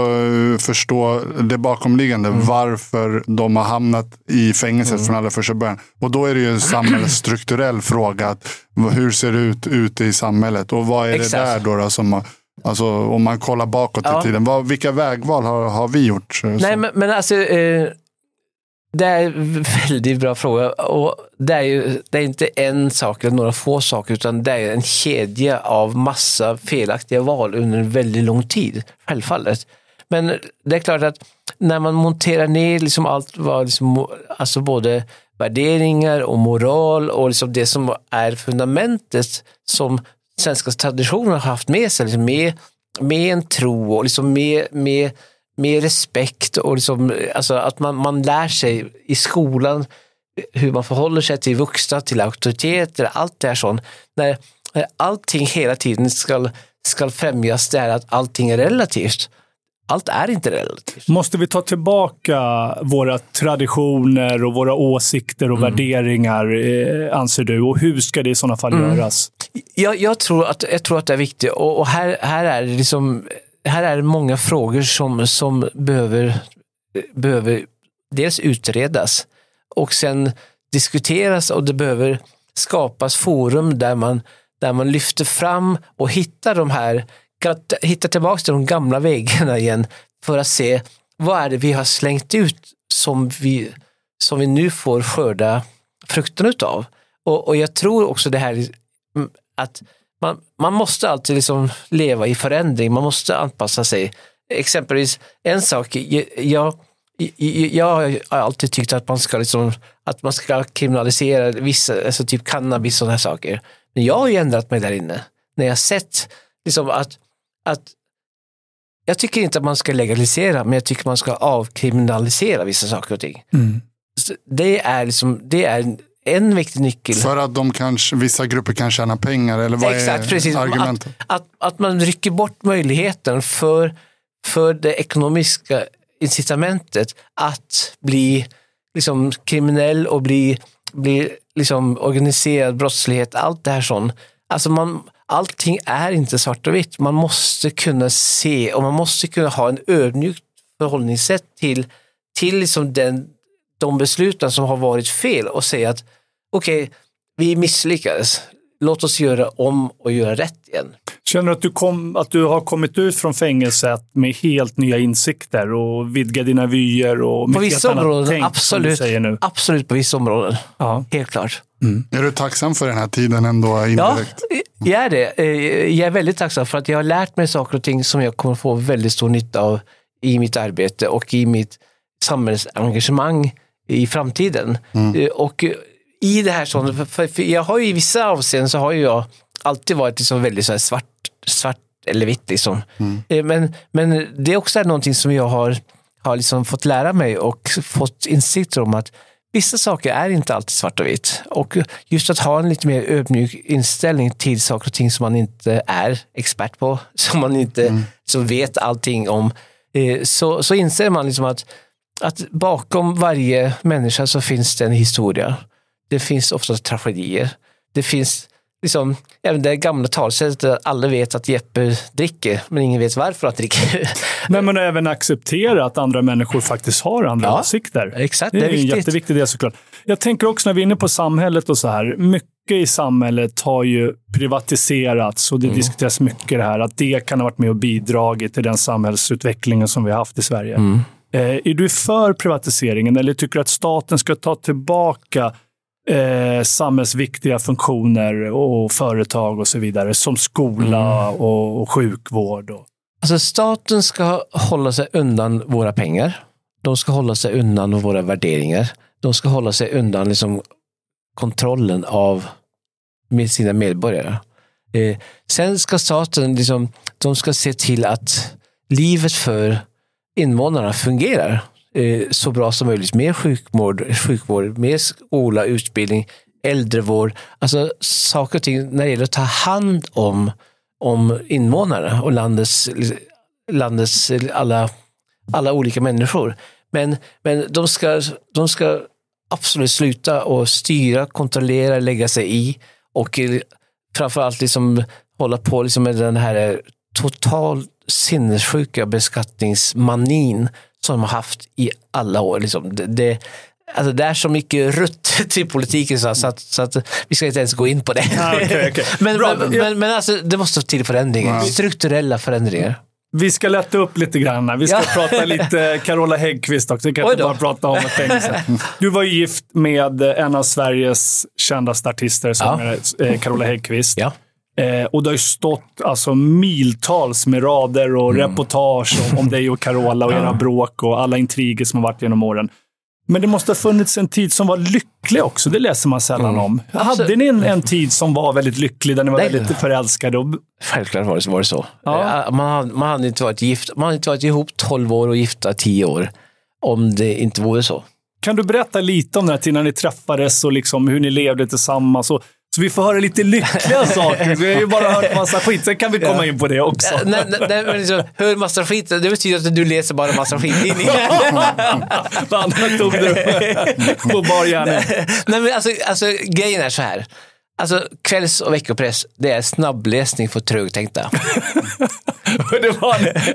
förstå det bakomliggande, mm. varför de har hamnat i fängelset mm. från allra första början. Och då är det ju en samhällsstrukturell fråga, att hur ser det ut ute i samhället och vad är Exakt. det där då, då som har, alltså om man kollar bakåt ja. i tiden, vad, vilka vägval har, har vi gjort? Nej men, men alltså eh, det är en väldigt bra fråga, och det är ju det är inte en sak eller några få saker, utan det är en kedja av massa felaktiga val under en väldigt lång tid, självfallet. Men det är klart att när man monterar ner liksom allt vad liksom, alltså både värderingar och moral och liksom det som är fundamentet som svenska traditioner har haft med sig, liksom med, med en tro och liksom med, med med respekt och liksom, alltså att man, man lär sig i skolan hur man förhåller sig till vuxna, till auktoriteter, allt det här sånt. När allting hela tiden ska, ska främjas, det är att allting är relativt. Allt är inte relativt. Måste vi ta tillbaka våra traditioner och våra åsikter och mm. värderingar, eh, anser du? Och hur ska det i sådana fall mm. göras? Jag, jag, tror att, jag tror att det är viktigt. Och, och här, här är det liksom... Här är det många frågor som, som behöver, behöver dels utredas och sen diskuteras, och det behöver skapas forum där man, där man lyfter fram och hittar de här, hittar tillbaka till de gamla vägarna igen för att se vad är det vi har slängt ut som vi, som vi nu får skörda frukten utav. Och, och jag tror också det här att Man, man måste alltid liksom leva i förändring. Man måste anpassa sig. Exempelvis en sak. Jag, jag, jag har alltid tyckt att man ska, liksom, att man ska kriminalisera vissa, alltså typ cannabis och sådana här saker. Men jag har ju ändrat mig där inne. När jag har sett liksom att, att jag tycker inte att man ska legalisera, men jag tycker man ska avkriminalisera vissa saker och ting. Mm. Det är liksom, det är en viktig nyckel. För att de kanske, vissa grupper kan tjäna pengar, eller vad Exakt, är precis. argumentet? Att, att, att man rycker bort möjligheten för, för det ekonomiska incitamentet att bli liksom kriminell och bli, bli liksom organiserad brottslighet, allt det här sånt. Alltså man, allting är inte svart och vitt. Man måste kunna se, och man måste kunna ha en ödmjukt förhållningssätt till, till liksom den de besluten som har varit fel och säga att okej, okay, vi misslyckades. Låt oss göra om och göra rätt igen. Känner du att du, kom, att du har kommit ut från fängelset med helt nya insikter och vidga dina vyer? Och på vissa områden, tänk, absolut. Nu. Absolut på vissa områden. Ja. Helt klart. Mm. Är du tacksam för den här tiden ändå indirekt? Ja, jag är det. Jag är väldigt tacksam för att jag har lärt mig saker och ting som jag kommer få väldigt stor nytta av i mitt arbete och i mitt samhällsengagemang i framtiden. Mm. Och i det här sånt, för, för jag har ju i vissa avseenden så har ju jag alltid varit liksom väldigt så här svart, svart eller vitt liksom. Mm. Men, men det är också någonting som jag har, har liksom fått lära mig och fått insikter om att vissa saker är inte alltid svart och vitt. Och just att ha en lite mer ödmjuk inställning till saker och ting som man inte är expert på, som man inte mm. som vet allting om, så, så inser man liksom att att bakom varje människa så finns det en historia. Det finns ofta tragedier. Det finns liksom, även det gamla talsättet att alla vet att Jeppe dricker, men ingen vet varför att dricker. Men man har även acceptera att andra människor faktiskt har andra ja, åsikter. Exakt, det är, det är en jätteviktig del såklart. Jag tänker också när vi är inne på samhället och så här, mycket i samhället har ju privatiserats och det mm. diskuteras mycket det här, att det kan ha varit med och bidragit till den samhällsutvecklingen som vi har haft i Sverige. Mm. Eh, är du för privatiseringen eller tycker du att staten ska ta tillbaka eh, samhällsviktiga funktioner och företag och så vidare som skola mm. och, och sjukvård? Och... Alltså staten ska hålla sig undan våra pengar. De ska hålla sig undan våra värderingar. De ska hålla sig undan liksom kontrollen av med sina medborgare. Eh, sen ska staten liksom, de ska se till att livet för invånarna fungerar eh, så bra som möjligt. Mer sjukvård, sjukvård, mer skola, utbildning, äldrevård. Alltså saker och ting när det gäller att ta hand om, om invånarna och landets, landets alla, alla olika människor. Men, men de ska, de ska absolut sluta och styra, kontrollera, lägga sig i och framförallt liksom hålla på liksom med den här total sinnessjuka beskattningsmanin som de har haft i alla år. Liksom. Det, det, alltså det är så mycket rutt till politiken så att, så att vi ska inte ens gå in på det. Ah, okay, okay. men, men, men, men alltså, det måste till förändringar. Wow. Strukturella förändringar. Vi ska lätta upp lite grann. Vi ska ja. prata lite Carola Häggkvist också. Vi kan inte bara prata om ett fängelse. Du var gift med en av Sveriges kändaste artister som ja. är Carola Häggkvist. Ja. Eh, och det har ju stått alltså, miltals med rader och mm. reportage om, om dig och Carola och ja. era bråk och alla intriger som har varit genom åren. Men det måste ha funnits en tid som var lycklig också. Det läser man sällan mm. om. Hade alltså, ni en, en tid som var väldigt lycklig där ni var nej. väldigt förälskade? Och... Självklart var det, var det så. Ja. Man, hade, man hade inte varit gift. Man hade inte varit ihop tolv år och gifta tio år om det inte vore så. Kan du berätta lite om den här tiden när ni träffades och liksom hur ni levde tillsammans och så vi får höra lite lyckliga saker. Vi har ju bara hört massa skit. Sen kan vi komma ja. in på det också. Nej, nej, men liksom, hör massa skit. Det betyder att du läser bara massa skit. Vad annat tog du på barhjärnan? Nej, men alltså, alltså, grejen är så här. Alltså, kvälls- och veckopress, det är snabbläsning för trögtänkta. Det var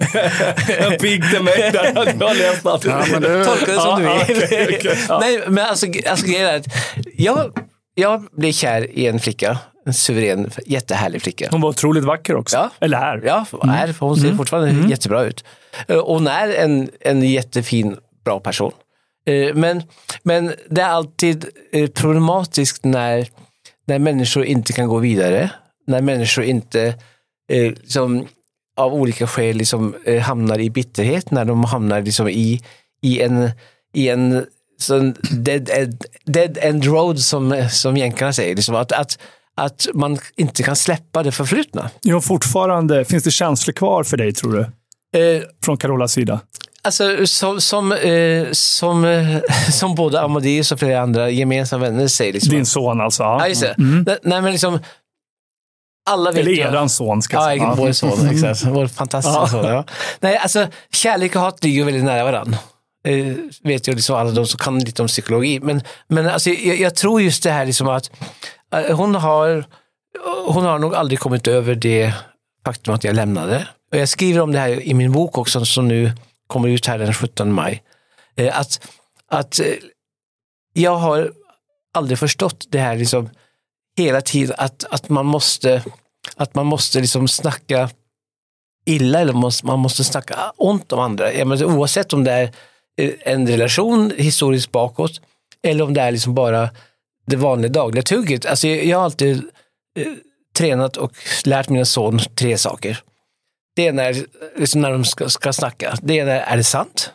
en, en pigg till mig där. Jag har läst allt. Ja, men det... Tolka det som ja, du vill. Okay, okay, ja. Nej, men alltså, alltså grejen är att jag... Jag blev kär i en flicka, en suverän, jättehärlig flicka. Hon var otroligt vacker också. Ja. Eller är. Ja, är, för hon ser mm. fortfarande mm. jättebra ut. Och hon är en, en jättefin, bra person. Men, men det är alltid problematiskt när, när människor inte kan gå vidare. När människor inte liksom, av olika skäl liksom, hamnar i bitterhet. När de hamnar liksom, i, i en... I en så dead end, dead end road som, som jänkarna säger. Liksom att, att, att man inte kan släppa det förflutna. Ja, fortfarande. Finns det känslor kvar för dig, tror du? Eh, Från Carolas sida? Alltså, som, som, eh, som, eh, som både Amadeus och flera andra gemensamma vänner säger. Liksom, din son alltså? Ja, just det. Mm. Nej, nej, men liksom... Alla vet Eller eran son, ska jag säga. Ja, vår son, exakt. Vår fantastiska ja. son, ja. Nej, alltså, kärlek och hat ligger väldigt nära varandra. Uh, vet jag liksom alla de som kan lite om psykologi, men, men alltså, jag, jag tror just det här liksom att uh, hon har hon har nog aldrig kommit över det faktum att jag lämnade, och jag skriver om det här i min bok också som nu kommer ut här den sjuttonde maj, uh, att, att uh, jag har aldrig förstått det här liksom hela tiden att, att man måste att man måste liksom snacka illa eller måste, man måste snacka ont om andra. Jag menar, oavsett om det är en relation historiskt bakåt eller om det är liksom bara det vanliga dagliga tugget. Alltså jag, jag har alltid eh, tränat och lärt mina son tre saker. Det ena är liksom när de ska, ska snacka. Det ena är, är det sant?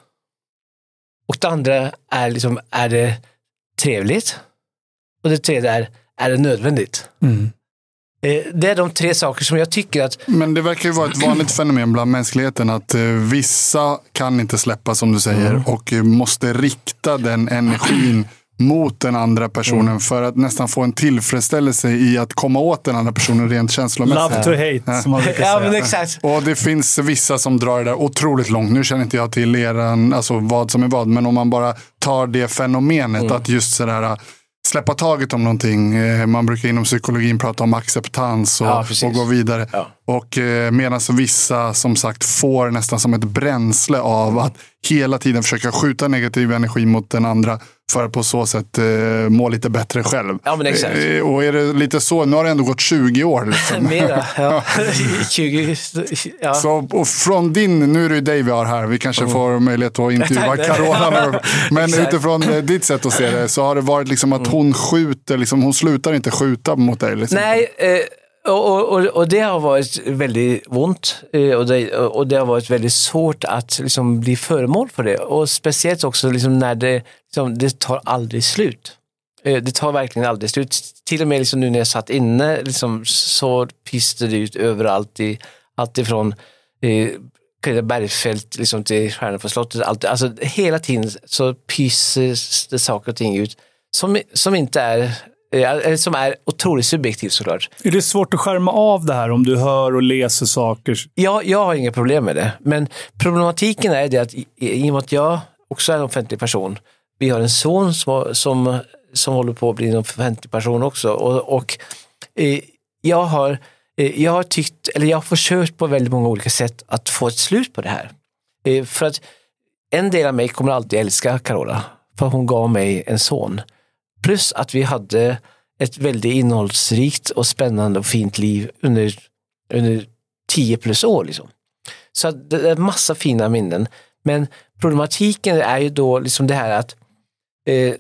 Och det andra är liksom, är det trevligt? Och det tredje är, är det nödvändigt? Mm. Det är de tre saker som jag tycker att... Men det verkar ju vara ett vanligt fenomen bland mänskligheten att eh, vissa kan inte släppa, som du säger, mm. och eh, måste rikta den energin mot den andra personen mm. för att nästan få en tillfredsställelse i att komma åt den andra personen rent känslomässigt. Love to hate, ja. som man brukar säga. Ja, men exakt. Och det finns vissa som drar det där otroligt långt. Nu känner inte jag till eran, alltså vad som är vad, men om man bara tar det fenomenet mm. att just sådär... släppa taget om någonting. Man brukar inom psykologin prata om acceptans och, ja, och gå vidare. Ja. Och eh, medan vissa som sagt får nästan som ett bränsle av att hela tiden försöka skjuta negativ energi mot den andra för att på så sätt eh, må lite bättre själv. Ja, men exakt. Eh, och är det lite så, nu har det ändå gått tjugo år. Liksom. Mera, ja. tjugo, ja. Så och från din, nu är det ju dig vi har här, vi kanske mm. får möjlighet att intervjua Carola. Men utifrån eh, ditt sätt att se det, så har det varit liksom att hon skjuter, liksom, hon slutar inte skjuta mot dig. Liksom. Nej, eh, Och, och, och det har varit väldigt ont och det, och det har varit väldigt svårt att liksom bli föremål för det. Och speciellt också liksom när det, liksom, det tar aldrig slut. Det tar verkligen aldrig slut. Till och med liksom nu när jag satt inne liksom, så pissade det ut överallt. I, allt ifrån eh, Bergfält liksom, till Stjärnan på slottet. Allt, alltså, hela tiden så pissas det saker och ting ut som, som inte är... som är otroligt subjektivt såklart. Är det svårt att skärma av det här om du hör och läser saker? Ja, jag har inga problem med det. Men problematiken är det att i, i och med att jag också är en offentlig person, vi har en son som, som, som håller på att bli en offentlig person också. Och, och eh, jag, har, eh, jag har tyckt, eller jag har försökt på väldigt många olika sätt att få ett slut på det här. Eh, för att en del av mig kommer alltid älska Carola. För hon gav mig en son. Plus att vi hade ett väldigt innehållsrikt och spännande och fint liv under, under tio plus år. Liksom. Så det är massa fina minnen. Men problematiken är ju då liksom det här att eh,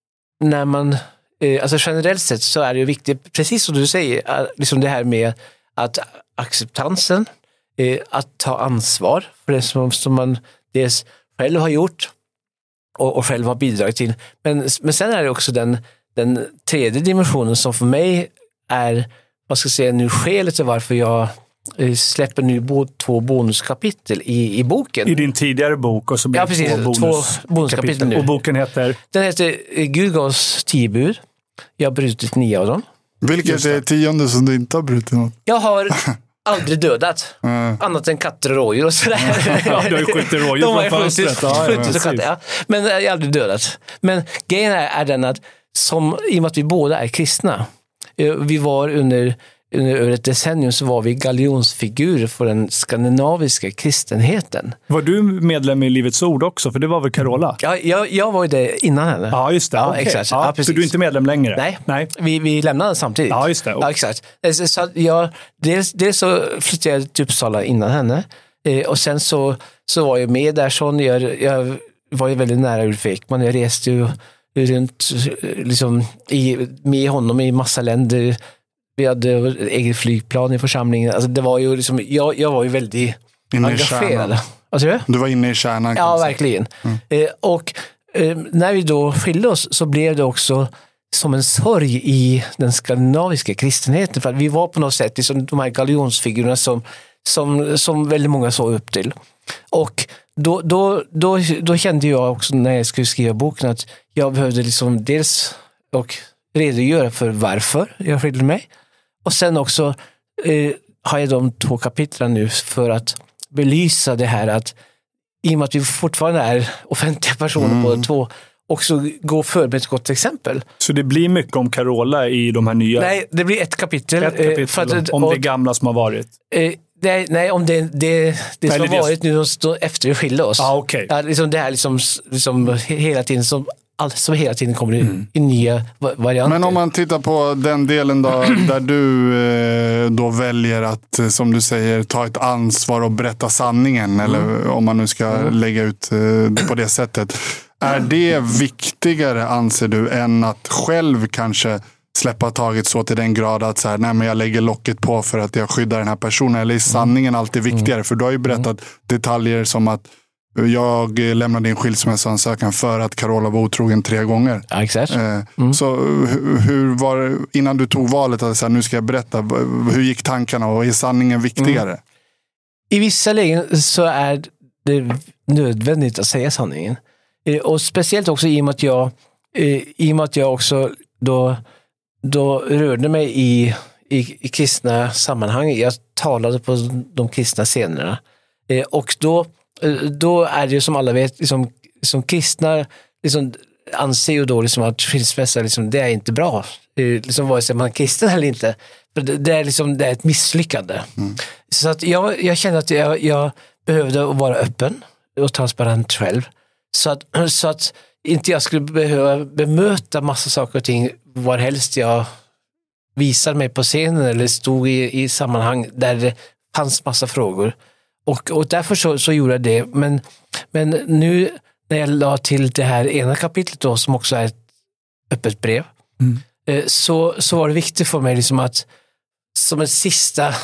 när man, eh, alltså generellt sett så är det ju viktigt, precis som du säger, liksom det här med att acceptansen, eh, att ta ansvar för det som, som man dels själv har gjort och, och själv har bidragit till. Men, men sen är det också den, den tredje dimensionen som för mig är, vad ska jag säga, nu skälet till varför jag släpper nu bo, två bonuskapitel i, i boken. I din tidigare bok och så blir ja, precis, två, bonus två bonuskapitel nu. Och boken heter? Den heter Gud gavs tio bud. Jag har brutit nio av dem. Vilket är tionde som du inte har brutit något? Jag har aldrig dödat. Mm. Annat än katter och rådjur och sådär. Ja, du har ju skjutit rådjur från fönstret. Ja, ja, katter, ja. Men jag har aldrig dödat. Men grejen är, är den att som, i och med att vi båda är kristna. Vi var under under över ett decennium så var vi galjonsfigurer för den skandinaviska kristenheten. Var du medlem i Livets Ord också? För det var väl Carola? Ja, jag, jag var ju det innan henne. Ja, just det. Ja, okay. exakt. Ja, ja, precis. så du är inte medlem längre? Nej, Nej. Vi, vi lämnade samtidigt. Ja, just det. Ja, exakt. Så att jag, dels, dels så flyttade jag till Uppsala innan henne. Eh, och sen så, så var jag med där. Sån, jag, jag var ju väldigt nära Ulf Ekman. Jag reste ju runt liksom, i, med honom i massa länder. Vi hade eget flygplan i församlingen. Alltså det var ju liksom, jag, jag var ju väldigt inne engagerad. Alltså, du? du var inne i kärnan. Ja, verkligen. Mm. Eh, och eh, när vi då skilde oss så blev det också som en sorg i den skandinaviska kristenheten. För att vi var på något sätt liksom de här galjonsfigurerna som, som, som väldigt många såg upp till. Och då, då, då, då kände jag också när jag skulle skriva boken att jag behövde liksom dels och redogöra för varför jag skilde mig. Och sen också eh, har jag de två kapitlen nu för att belysa det här att i och med att vi fortfarande är offentliga personer mm. på två också gå för med ett gott exempel. Så det blir mycket om Carola i de här nya? Nej, det blir ett kapitel. Ett kapitel eh, för att, om och, det gamla som har varit? Eh, nej, nej, om det, det, det som har varit nu efter vi skilde oss. Ah, okay. Ja, liksom det här liksom, liksom hela tiden som allt som hela tiden kommer mm. i nya varianter. Men om man tittar på den delen då, där du eh, då väljer att, som du säger, ta ett ansvar och berätta sanningen, mm. eller om man nu ska mm. lägga ut eh, på det sättet. Är det viktigare, anser du, än att själv kanske släppa taget så till den grad att så här, nej men jag lägger locket på för att jag skyddar den här personen, eller är sanningen alltid viktigare? Mm. För du har ju berättat mm. detaljer som att jag lämnade in skilsmässoansökan för att Carola var otrogen tre gånger. Ja, exakt. Mm. Så hur var det, innan du tog valet att säga, nu ska jag berätta, hur gick tankarna och är sanningen viktigare? Mm. I vissa lägen så är det nödvändigt att säga sanningen. Och speciellt också i och med att jag, i och med att jag också då, då rörde mig i, i, i kristna sammanhang. Jag talade på de kristna scenerna. Och då Då är det ju som alla vet, liksom, som kristna liksom, anser ju då liksom att skilsmässa liksom, det är inte bra. Liksom, vare sig man är kristen eller inte. För det, det, är liksom, det är ett misslyckande. Mm. Så att jag, jag kände att jag, jag behövde vara öppen och transparent själv. Så att, så att inte jag skulle behöva bemöta massa saker och ting var helst jag visade mig på scenen eller stod i, i sammanhang där det fanns massa frågor. Och, och därför så, så gjorde jag det. Men, men nu när jag la till det här ena kapitlet då, som också är ett öppet brev, mm. eh, så, så var det viktigt för mig liksom att som ett sista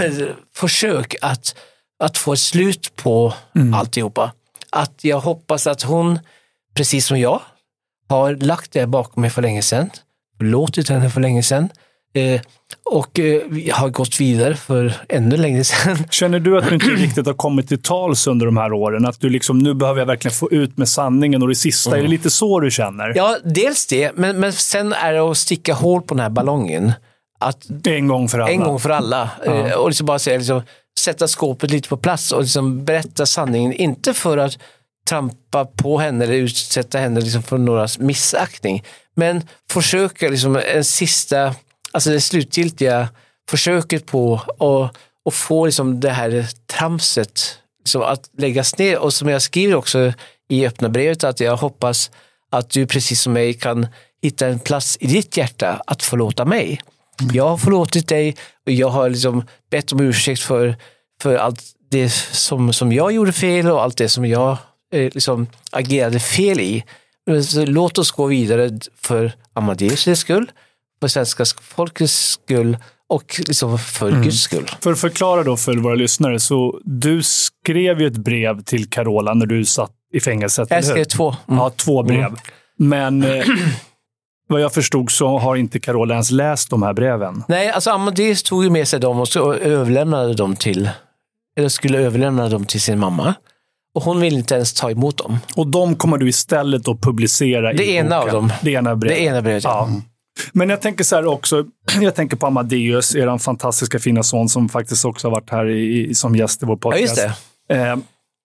försök att, att få ett slut på mm. alltihopa. Att jag hoppas att hon, precis som jag, har lagt det bakom mig för länge sedan. Låtit henne för länge sedan. Eh, och eh, har gått vidare för ännu längre sedan. Känner du att du inte riktigt har kommit till tals under de här åren? Att du liksom, nu behöver jag verkligen få ut med sanningen och det sista, mm. är det lite så du känner? Ja, dels det. Men, men sen är det att sticka hål på den här ballongen. Att, en gång för alla. En gång för alla. Ja. Eh, och liksom bara säga, liksom, sätta skåpet lite på plats och liksom berätta sanningen. Inte för att trampa på henne eller utsätta henne liksom för några missaktning. Men försöka liksom en sista, alltså det slutgiltiga försöket på att och få liksom det här tramset liksom att läggas ner. Och som jag skriver också i öppna brevet, att jag hoppas att du precis som mig kan hitta en plats i ditt hjärta att förlåta mig. Mm. Jag har förlåtit dig och jag har liksom bett om ursäkt för, för allt det som, som jag gjorde fel och allt det som jag eh, liksom agerade fel i. Så låt oss gå vidare för Amadeus skull, för svenska folkets skull och liksom för mm. Guds skull. För att förklara då för våra lyssnare, så du skrev ju ett brev till Carola när du satt i fängelset. Jag skrev två. Mm. Ja, två brev. Mm. Men eh, vad jag förstod så har inte Carola ens läst de här breven. Nej, alltså Amadeus tog ju med sig dem och så överlämnade dem till, eller skulle överlämna dem till sin mamma. Och hon vill inte ens ta emot dem. Och de kommer du istället att publicera det i ena boken. Av dem. Det ena brevet. Det ena brevet, ja. ja. Men jag tänker så här också, jag tänker på Amadeus, eran fantastiska fina son som faktiskt också har varit här i, som gäst i vår podcast. Ja, just det. Eh,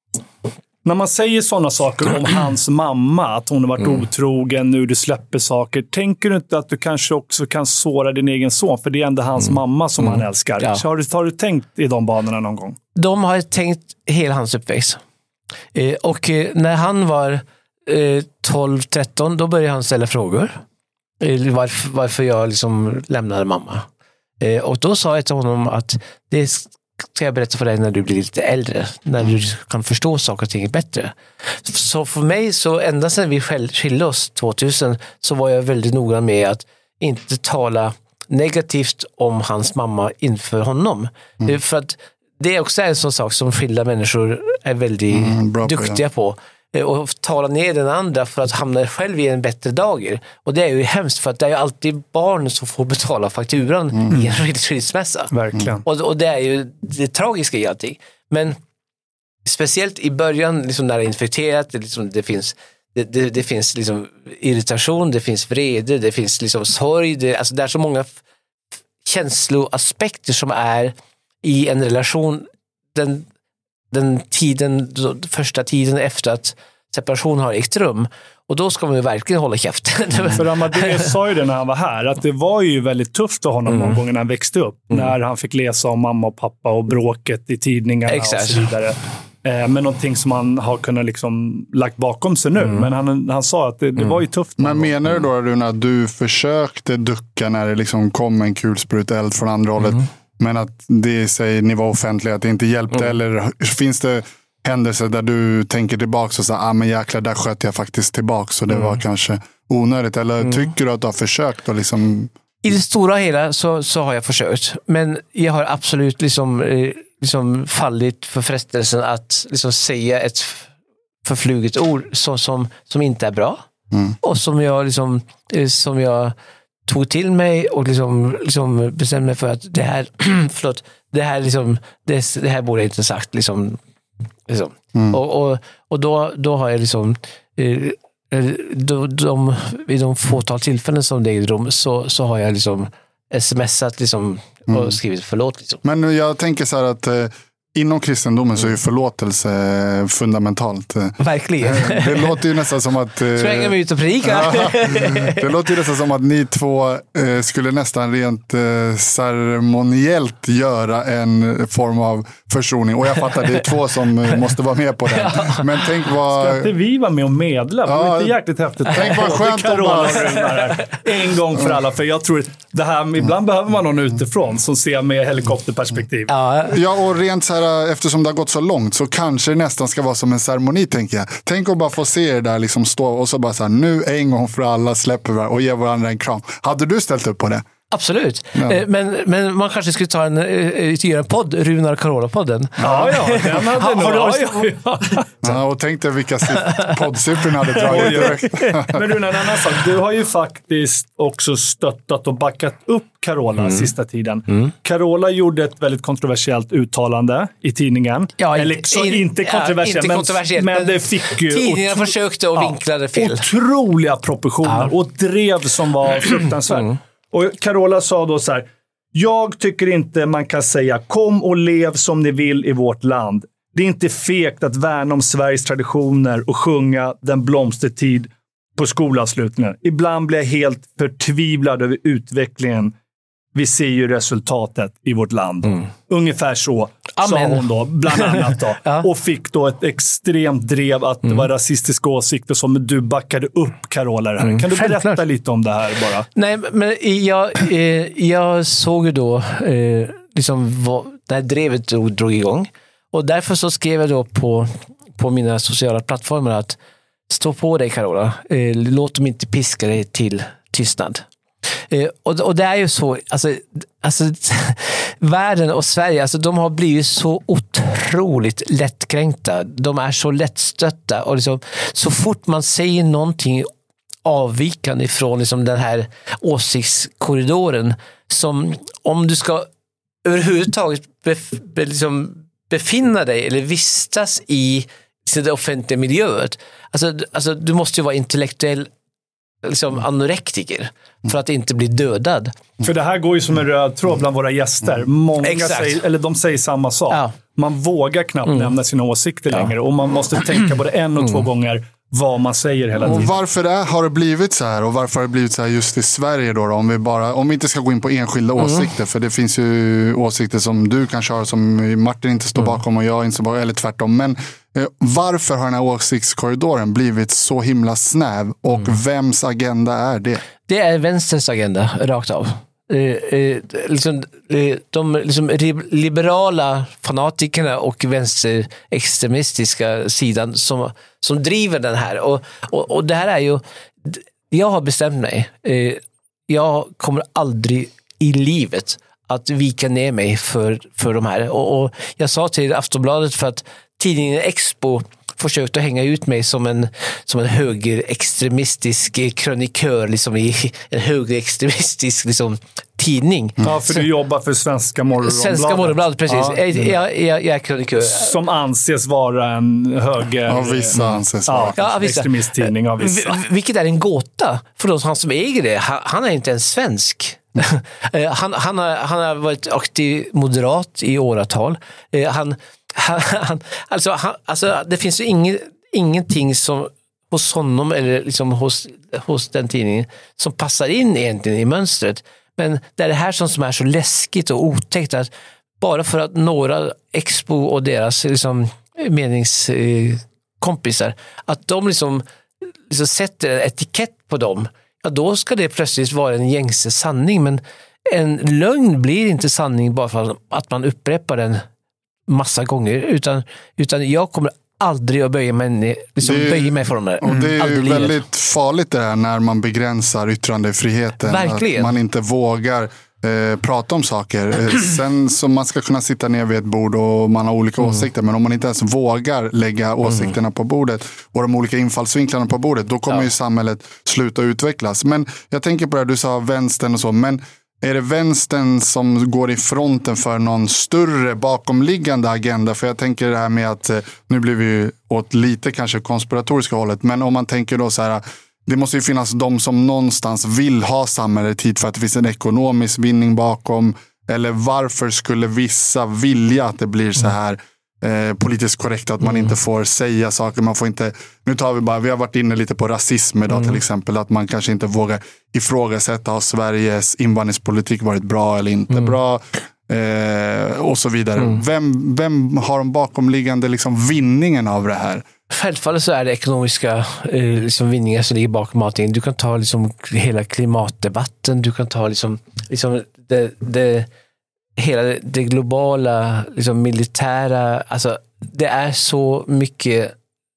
när man säger sådana saker om hans mamma, att hon har varit mm. otrogen, nu du släpper saker, tänker du inte att du kanske också kan såra din egen son? För det är ändå hans mm. mamma som mm. han älskar. Ja. Har, du, har du tänkt i de banorna någon gång? De har tänkt hela hans uppväxt. Eh, och eh, när han var eh, tolv tretton, då började han ställa frågor. Eh, varför, varför jag liksom lämnade mamma. Eh, och då sa jag till honom att det ska jag berätta för dig när du blir lite äldre. När du kan förstå saker och ting bättre. Så för mig, så ända sedan vi skilde oss tvåtusen, så var jag väldigt noga med att inte tala negativt om hans mamma inför honom. Mm. Eh, för att det är också en sån sak som skilda människor är väldigt mm, bra duktiga på. Och tala ner den andra för att hamna själv i en bättre dager. Och det är ju hemskt, för att det är ju alltid barn som får betala fakturan mm. i en skilsmässa. Verkligen. Och, och det är ju det tragiska i allting. Men speciellt i början, liksom när det är infekterat, det, liksom, det finns, det, det, det finns liksom irritation, det finns vrede, det finns liksom sorg. Det, alltså det är så många f- känsloaspekter som är i en relation. Den den tiden, första tiden efter att separation har ägt rum. Och då ska man ju verkligen hålla käften. För Amadeus sa ju det när han var här, att det var ju väldigt tufft för honom mm. någon gång när han växte upp. Mm. När han fick läsa om mamma och pappa och bråket i tidningarna Exakt. Och så vidare. Eh, men någonting som han har kunnat liksom lagt bakom sig nu. Mm. Men han, han sa att det, det var ju tufft. Men menar du då, Rune, att du försökte ducka när det liksom kom en kulsprut eld från andra hållet? Mm. Men att det säger ni var offentliga, att det inte hjälpte. Mm. Eller finns det händelser där du tänker tillbaka och säger, ah men jäklar, där sköt jag faktiskt tillbaka, så det mm. var kanske onödigt. Eller mm. tycker du att du har försökt? Och liksom... I det stora hela så, så har jag försökt. Men jag har absolut liksom, eh, liksom fallit för frestelsen att liksom säga ett förfluget ord så, som, som inte är bra. Mm. Och som jag liksom, eh, som jag tog till mig och liksom, liksom bestämde mig för att det här, förlåt, det här liksom, det, det här borde jag inte sagt liksom, liksom. Mm. Och, och, och då, då har jag liksom eh, de, de, i de fåtal tillfällen som det är i rum, så, så har jag liksom smsat liksom, och skrivit förlåt liksom. Men jag tänker så här att eh, inom kristendomen så är ju förlåtelse fundamentalt. Verkligen. Det låter ju nästan som att... Svänga mig ut och predika. Ja, det låter ju nästan som att ni två eh, skulle nästan rent eh, ceremoniellt göra en form av försoning. Och jag fattar, det är två som eh, måste vara med på det. Ja. Men tänk vad... Ska inte vi vara med och medla? Det var inte jäkligt häftigt. Tänk vad skönt att bara... En gång för alla. För jag tror det här, ibland behöver man någon utifrån som ser med helikopterperspektiv. Ja, ja och rent så här, eftersom det har gått så långt så kanske det nästan ska vara som en ceremoni, tänker jag. Tänk att bara få se er där liksom stå och så bara så här, nu en gång för alla släpper vi och ger varandra en kram. Hade du ställt upp på det? Absolut. Ja. Men, men man kanske skulle ta en, göra en podd, Runar och Carola-podden. Ja, ja. Den hade ha, nog, har du ja, ja. Ja, och tänk dig vilka poddsiffrorna hade dragit direkt. Men Runar, en annan sak. Du har ju faktiskt också stöttat och backat upp Carola mm. sista tiden. Mm. Carola gjorde ett väldigt kontroversiellt uttalande i tidningen. Ja, Eller så, in, inte kontroversiellt, ja, inte men, kontroversiellt men det fick ju... Tidningen otro- försökte och vinklade ja, fel. Otroliga proportioner ja. och drev som var fruktansvärt. Mm. Och Carola sa då så här: jag tycker inte man kan säga kom och lev som ni vill i vårt land. Det är inte fegt att värna om Sveriges traditioner och sjunga den blomstertid på skolavslutningen. Ibland blir jag helt förtvivlad över utvecklingen. Vi ser ju resultatet i vårt land. Mm. Ungefär så Amen. Sa hon då, bland annat då. Ja. Och fick då ett extremt drev att mm. det var rasistiska åsikter som du backade upp, Carola. Det här. Mm. Kan du berätta Självklart. lite om det här bara? Nej, men jag, eh, jag såg ju då eh, liksom vad, när drevet drog, drog igång. Och därför så skrev jag då på, på mina sociala plattformar att stå på dig, Carola. Eh, låt dem inte piska dig till tystnad. Eh, och, och det är ju så, alltså, alltså världen och Sverige, alltså, de har blivit så otroligt lättkränkta. De är så lättstötta och liksom, så fort man säger någonting avvikande ifrån liksom, den här åsiktskorridoren, som om du ska överhuvudtaget bef, be, liksom, befinna dig eller vistas i det offentliga miljöet, alltså, alltså, du måste ju vara intellektuell liksom anorektiker för att inte bli dödad. För det här går ju som en röd tråd bland våra gäster. Många säger, eller de säger samma sak. Ja. Man vågar knappt mm. nämna sina åsikter ja. längre och man måste tänka både en och mm. två gånger vad man säger hela tiden. Och varför är, har det blivit så här? Och varför har det blivit så här just i Sverige då? då? Om, vi bara, om vi inte ska gå in på enskilda mm. åsikter, för det finns ju åsikter som du kanske har som Martin inte står bakom och jag inte står bakom, eller tvärtom. Men eh, varför har den här åsiktskorridoren blivit så himla snäv och mm. vems agenda är det? Det är vänsterns agenda, rakt av. Eh, eh, liksom, eh, de liksom, liberala fanatikerna och vänsterextremistiska sidan som, som driver den här. Och, och, och det här är ju, jag har bestämt mig. Eh, jag kommer aldrig i livet att vika ner mig för, för de här. Och, och jag sa till Aftonbladet för att tidningen Expo försökte hänga ut mig som en, som en högerextremistisk krönikör liksom i en högerextremistisk liksom, tidning. Ja, för du jobbar för Svenska Morgonbladet. Svenska Morgonbladet, precis. Ja. Jag, jag, jag, jag är krönikör. Som anses vara en höger... Ja, vissa anses vara. Ja, ja, extremisttidning av vissa. Vilket är en gåta för de som äger det. Han, han är inte en svensk. han, han, har, han har varit aktiv moderat i åratal. Han Han, han, alltså, han, alltså, det finns ju ingen, ingenting som hos honom eller liksom hos, hos den tidningen som passar in egentligen i mönstret. Men det är det här som, som är så läskigt och otäckt, att bara för att några Expo och deras liksom, meningskompisar, att de liksom, liksom sätter en etikett på dem, ja, då ska det plötsligt vara en gängse sanning. Men en lögn blir inte sanning bara för att man upprepar den massa gånger, utan, utan jag kommer aldrig att böja mig, liksom det, böja mig för dem där. Och det är ju väldigt farligt det här när man begränsar yttrandefriheten. Verkligen. Att man inte vågar eh, prata om saker. Sen så man ska kunna sitta ner vid ett bord och man har olika mm. åsikter, men om man inte ens vågar lägga åsikterna mm. på bordet och de olika infallsvinklarna på bordet, då kommer ja. ju samhället sluta utvecklas. Men jag tänker på det, du sa vänstern och så, men är det vänstern som går i fronten för någon större bakomliggande agenda? För jag tänker det här med att, nu blir vi åt lite kanske konspiratoriska hållet, men om man tänker då så här, det måste ju finnas de som någonstans vill ha samhället hit för att det finns en ekonomisk vinning bakom. Eller varför skulle vissa vilja att det blir så här eh, politiskt korrekt, att man mm. inte får säga saker, man får inte, nu tar vi bara, vi har varit inne lite på rasism idag mm. till exempel, att man kanske inte vågar ifrågasätta, har Sveriges invandringspolitik varit bra eller inte mm. bra, eh, och så vidare. Mm. Vem, vem har de bakomliggande liksom vinningen av det här? Självfallet så är det ekonomiska eh, liksom vinningar som ligger bakom allting. Du kan ta liksom hela klimatdebatten, du kan ta liksom, liksom det, det, hela det globala liksom militära, alltså det är så mycket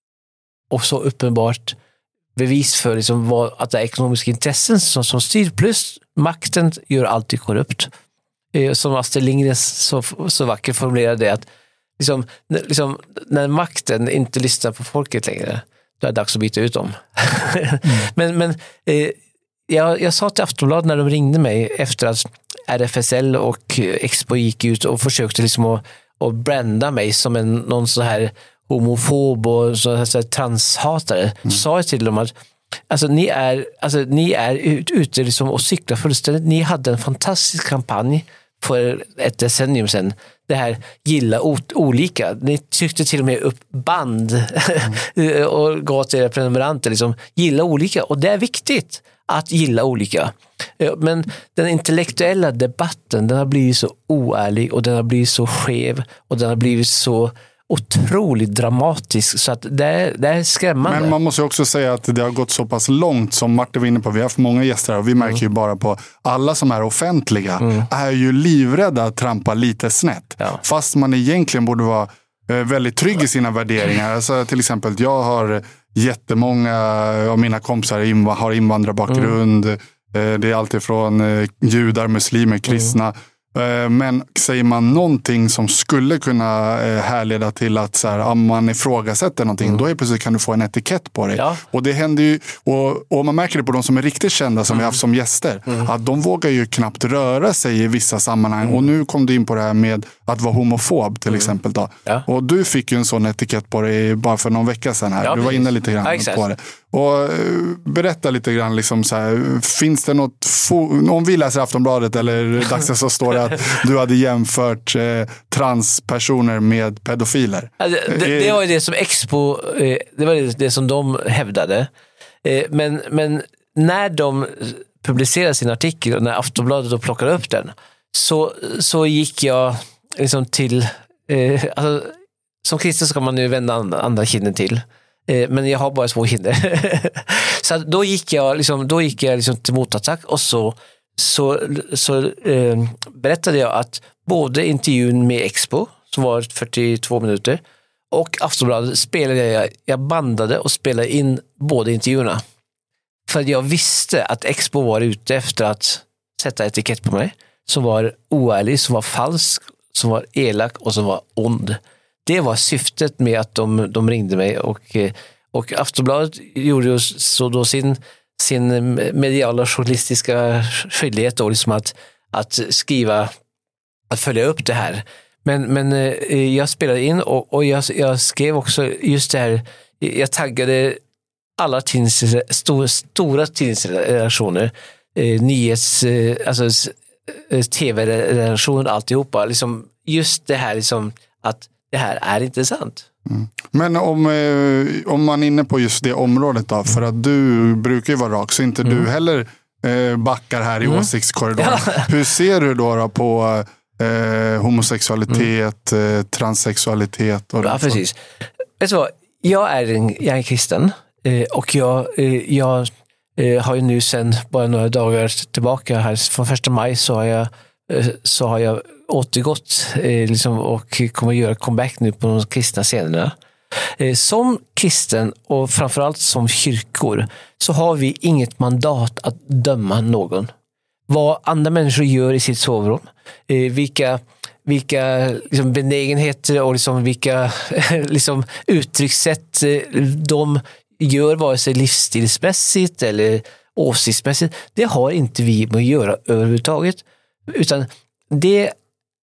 och så uppenbart bevis för liksom vad, att det är ekonomiska intressen som, som styr, plus makten gör alltid korrupt. Eh, som Astrid Lindgren så, så vackert formulerade det, att Liksom, liksom, när makten inte lyssnar på folket längre, då är det dags att byta ut dem. mm. Men, men eh, jag, jag sa till Aftonbladet när de ringde mig efter att R F S L och Expo gick ut och försökte liksom att, att branda mig som en, någon så här homofob och så här, så här transhatare. Mm. Så sa jag till dem att alltså, ni är, alltså, ni är ute liksom och cyklar fullständigt. Ni hade en fantastisk kampanj för ett decennium sedan. Det här gilla o- olika. Ni tryckte till och med upp band mm. och gav till era prenumeranter liksom, gilla olika. Och det är viktigt att gilla olika. Men den intellektuella debatten, den har blivit så oärlig och den har blivit så skev och den har blivit så otroligt dramatisk, så att det är, det är skrämmande. Men man måste också säga att det har gått så pass långt som Martin var inne på. Vi har haft många gäster och vi märker mm. ju bara på alla som är offentliga mm. är ju livrädda att trampa lite snett. Ja. Fast man egentligen borde vara eh, väldigt trygg i sina värderingar. Alltså, till exempel, jag har jättemånga av mina kompisar inv- har invandrarbakgrund. Mm. Eh, det är alltifrån eh, judar, muslimer, kristna. Mm. Men säger man någonting som skulle kunna härleda till att så här, om man ifrågasätter någonting, mm. då är plötsligt kan du få en etikett på dig. Ja. Och det händer ju, och, och man märker det på de som är riktigt kända som mm. vi har haft som gäster, mm. att de vågar ju knappt röra sig i vissa sammanhang. Mm. Och nu kom du in på det här med att vara homofob till mm. exempel då. Ja. Och du fick ju en sån etikett på dig bara för någon vecka sedan här. Ja, du var inne lite grann ja, på det. Och berätta lite grann liksom så här, finns det något fo- om vi läser Aftonbladet eller Dags så står det att du hade jämfört eh, transpersoner med pedofiler. Ja, det, det, det var ju det som Expo eh, det var det, det som de hävdade. Eh, men, men när de publicerade sin artikel och när Aftonbladet då plockade upp den, så, så gick jag liksom till eh, alltså, som kristen ska man nu vända andra, andra kinden till. Men jag har bara två hinder. Så då gick jag liksom, då gick jag liksom till motattack och så, så, så eh, berättade jag att både intervjun med Expo, som var fyrtiotvå minuter, och Aftonbladet spelade jag, jag bandade och spelade in båda intervjuerna. För jag visste att Expo var ute efter att sätta etikett på mig som var oärlig, som var falsk, som var elak och som var ond. Det var syftet med att de, de ringde mig, och, och Aftonbladet gjorde så då sin, sin mediala journalistiska skyldighet då, liksom att, att skriva, att följa upp det här. Men, men jag spelade in och, och jag, jag skrev också just det här, jag taggade alla tidnings, stor, stora tidningsredaktioner, eh, nyhets, eh, alltså tv-redaktioner, alltihopa. Liksom, just det här liksom, att det här är intressant. Mm. Men om, eh, om man är inne på just det området då, för att du brukar ju vara rak, så inte mm. du heller eh, backar här i mm. åsiktskorridoren. Ja. Hur ser du då, då på eh, homosexualitet, mm. eh, transsexualitet? Och ja, precis. Vet du vad? Jag är en, jag är en kristen eh, och jag, eh, jag eh, har ju nu sedan bara några dagar tillbaka här, från första maj så har jag eh, så har jag återgått eh, liksom, och kommer att göra comeback nu på de kristna scenerna. Eh, som kristen och framförallt som kyrkor så har vi inget mandat att döma någon. Vad andra människor gör i sitt sovrum, eh, vilka, vilka liksom, benägenheter och liksom, vilka liksom, uttryckssätt eh, de gör, vare sig livsstilsmässigt eller åsiktsmässigt, det har inte vi med att göra överhuvudtaget. Utan det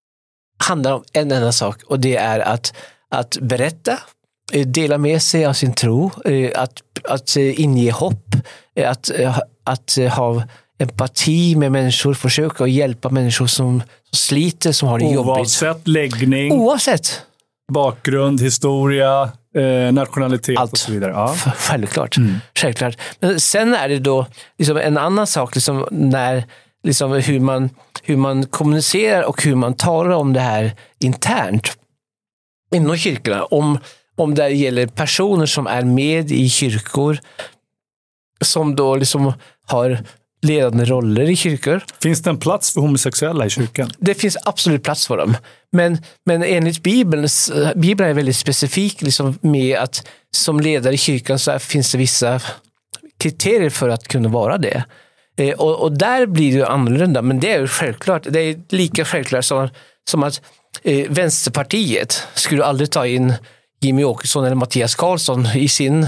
handlar om en enda sak, och det är att, att berätta, dela med sig av sin tro, att, att inge hopp, att, att ha empati med människor, försöka att hjälpa människor som, som sliter, som har det jobbigt. Oavsett läggning, Oavsett. bakgrund, historia, eh, nationalitet Allt. och så vidare. Ja. F- Självklart. Mm. Självklart. Men sen är det då liksom en annan sak liksom när, liksom hur, man, hur man kommunicerar och hur man talar om det här internt inom kyrkorna. Om, om det gäller personer som är med i kyrkor som då liksom har ledande roller i kyrkor. Finns det en plats för homosexuella i kyrkan? Det finns absolut plats för dem. Men, men enligt Bibeln, Bibeln är väldigt specifik liksom med att som ledare i kyrkan så finns det vissa kriterier för att kunna vara det. Eh, och, och där blir det annorlunda, men det är ju självklart. Det är lika självklart som, som att eh, Vänsterpartiet skulle aldrig ta in Jimmy Åkesson eller Mattias Karlsson i sin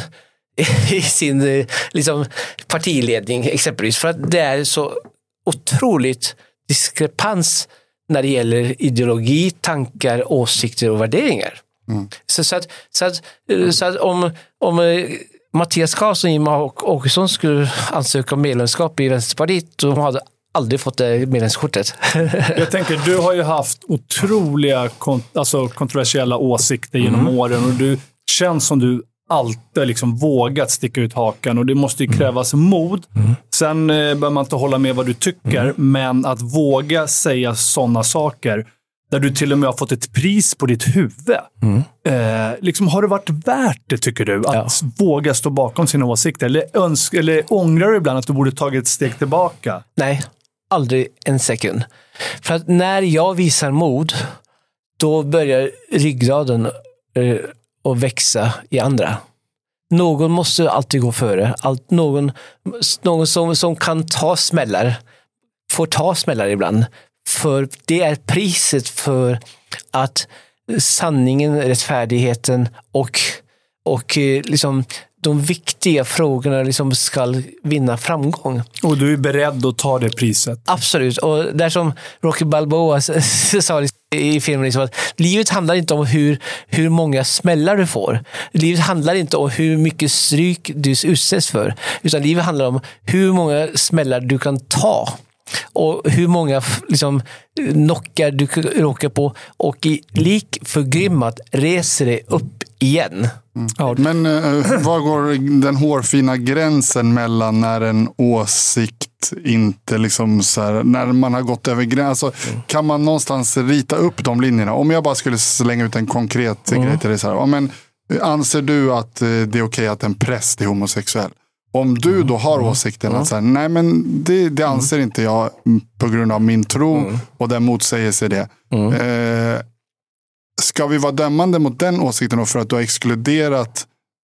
i sin liksom, partiledning exempelvis, för att det är så otroligt diskrepans när det gäller ideologi, tankar, åsikter och värderingar. Mm. Så, så, att, så, att, så att om, om Mattias Karlsson och Jimmy Åkesson skulle ansöka om medlemskap i Vänsterpartiet, de hade aldrig fått det medlemskortet. Jag tänker, du har ju haft otroliga kont- alltså kontroversiella åsikter genom mm. åren, och du känns som du alltid liksom vågat sticka ut hakan, och det måste ju krävas mm. mod. Mm. Sen eh, behöver man inte hålla med vad du tycker, mm. men att våga säga sådana saker där du till och med har fått ett pris på ditt huvud. Mm. Eh, liksom, har det varit värt det, tycker du, att ja. våga stå bakom sina åsikter? Eller, önsk- eller ångrar du ibland att du borde tagit ett steg tillbaka? Nej, aldrig en sekund. För att när jag visar mod, då börjar ryggraden eh, och växa i andra. Någon måste alltid gå före. Allt, någon någon som, som kan ta smällar får ta smällar ibland. För det är priset för att sanningen, rättfärdigheten och, och liksom de viktiga frågorna liksom ska vinna framgång. Och du är beredd att ta det priset? Absolut. Och där som Rocky Balboa sa i filmen liksom att livet handlar inte om hur, hur många smällar du får. Livet handlar inte om hur mycket stryk du utsätts för. Utan livet handlar om hur många smällar du kan ta. Och hur många liksom, knockar du råkar på. Och i lik förgrymmat reser dig upp igen. Mm. Ja. Men uh, var går den hårfina gränsen mellan när en åsikt inte liksom så här, när man har gått över gränsen, alltså, mm. kan man någonstans rita upp de linjerna? Om jag bara skulle slänga ut en konkret mm. grej till dig så här, ja, men anser du att uh, det är okej att en präst är homosexuell? Om du då har åsikten mm. att så här, nej men det, det anser mm. inte jag på grund av min tro mm. och den motsäger sig det. Mm. Uh, Ska vi vara dömande mot den åsikten då för att du har exkluderat